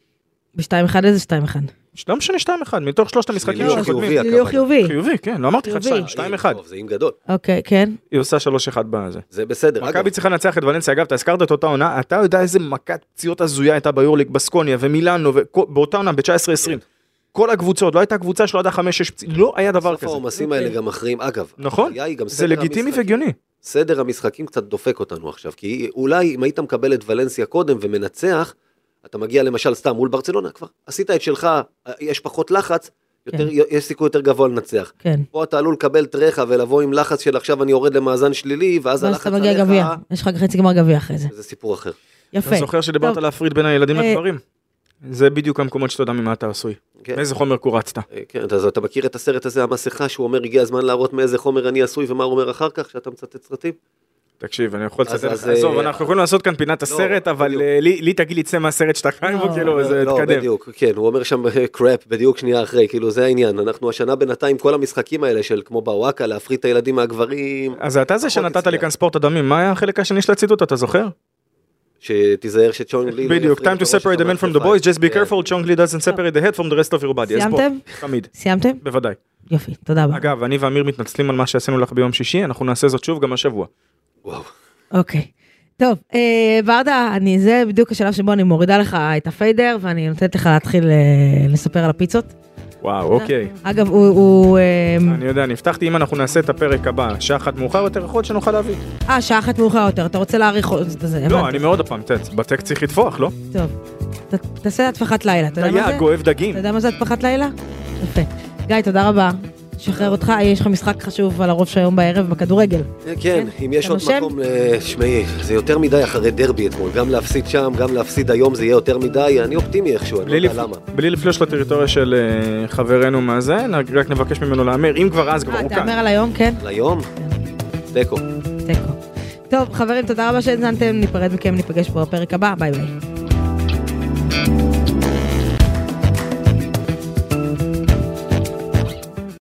ב-2-1 איזה 2-1? לא משנה 2-1, מתוך 3 המשחקים חיובי. חיובי, כן, לא אמרתי לך 2-1. זה עם גדול. אוקיי, כן. היא עושה 3-1 בזה. זה בסדר. מכבי צריכה לנצח את ולנסיה, אגב, אתה הזכרת את אותה עונה, אתה יודע איזה מכת פציעות הזויה הייתה ביורליג, בסקוניה ומילאנו, באותה עונה ב-19-20. כל הקבוצות, לא הייתה קבוצה שלא ידעה 5-6 פציעות, לא היה דבר כזה. סוף העומסים האלה גם אחרים, אגב. נכון, זה לגיטימי והגיוני. סדר המשחקים קצת דופק אותנו עכשיו, כי אולי אם היית מקבל את ולנסיה קודם ומנצח, אתה מגיע למשל סתם מול ברצלונה כבר, עשית את שלך, יש פחות לחץ, יש סיכוי יותר גבוה לנצח. פה אתה עלול לקבל טרחה ולבוא עם לחץ של עכשיו אני יורד למאזן שלילי, ואז הלחץ עליך. יש לך חצי גמר גביע אחרי זה. זה סיפור אחר. יפה. אתה זוכר שדיברת להפריד בין הילדים לגברים? זה בדיוק המקומות שאתה יודע ממה אתה עשוי. מאיזה חומר קורצת. כן, אתה מכיר את הסרט הזה, המסכה, שהוא אומר, הגיע הזמן להראות מאיזה חומר אני עשוי, ומה הוא אומר אחר כך, שאתה מצטט סרטים? תקשיב, אני יכול לצטט לך, עזוב, אנחנו יכולים לעשות כאן פינת הסרט, אבל לי תגיד לי צא מהסרט שאתה חיים בו, כאילו, זה תקדם. לא, בדיוק, כן, הוא אומר שם קראפ, בדיוק שנייה אחרי, כאילו, זה העניין, אנחנו השנה בינתיים, כל המשחקים האלה של כמו בוואקה, להפריד את הילדים מהגברים. אז אתה זה שנתת לי כאן ספורט הדמים, מה היה החלק השני של הציטוט, אתה זוכר? שתיזהר שצ'ונג לי... בדיוק, time to separate the men from the boys, just be careful, צ'ונג לי doesn't separate the head from the rest of your body. סיימתם? תמיד. סיימתם? בוודאי. יופי, תודה רבה. אגב, אני ואמיר מתנצלים על מה שעשינו לך ביום שישי, אנחנו נעשה זאת שוב גם השבוע. וואו. אוקיי. טוב, ברדה, זה בדיוק השלב שבו אני מורידה לך את הפיידר, ואני נותנת לך להתחיל לספר על הפיצות. וואו, אוקיי. אגב, הוא... אני יודע, נפתחתי אם אנחנו נעשה את הפרק הבא, שעה אחת מאוחר יותר, יכול להיות שנוכל להביא. שעה אחת מאוחר יותר, אתה רוצה להאריך את זה? לא, אני מאוד הפעם, בטק צריך לתפוח, לא? טוב, תעשה התפחת לילה, אתה יודע מה זה? היה גואב דגים. אתה יודע מה זה התפחת לילה? יפה. גיא, תודה רבה. שחרר אותך, יש לך משחק חשוב על הראש היום בערב בכדורגל. כן, אם יש עוד מקום, שמעי, זה יותר מדי אחרי דרבי אתמול, גם להפסיד שם, גם להפסיד היום, זה יהיה יותר מדי, אני אופטימי איכשהו, אני לא יודע למה. בלי לפלוש לטריטוריה של חברנו מאזן, רק נבקש ממנו לאמר, אם כבר אז כבר הוא כאן. תאמר על היום, כן? על היום? תיקו. תיקו. טוב, חברים, תודה רבה שהזנתם, ניפרד מכם, ניפגש פה בפרק הבא, ביי ביי.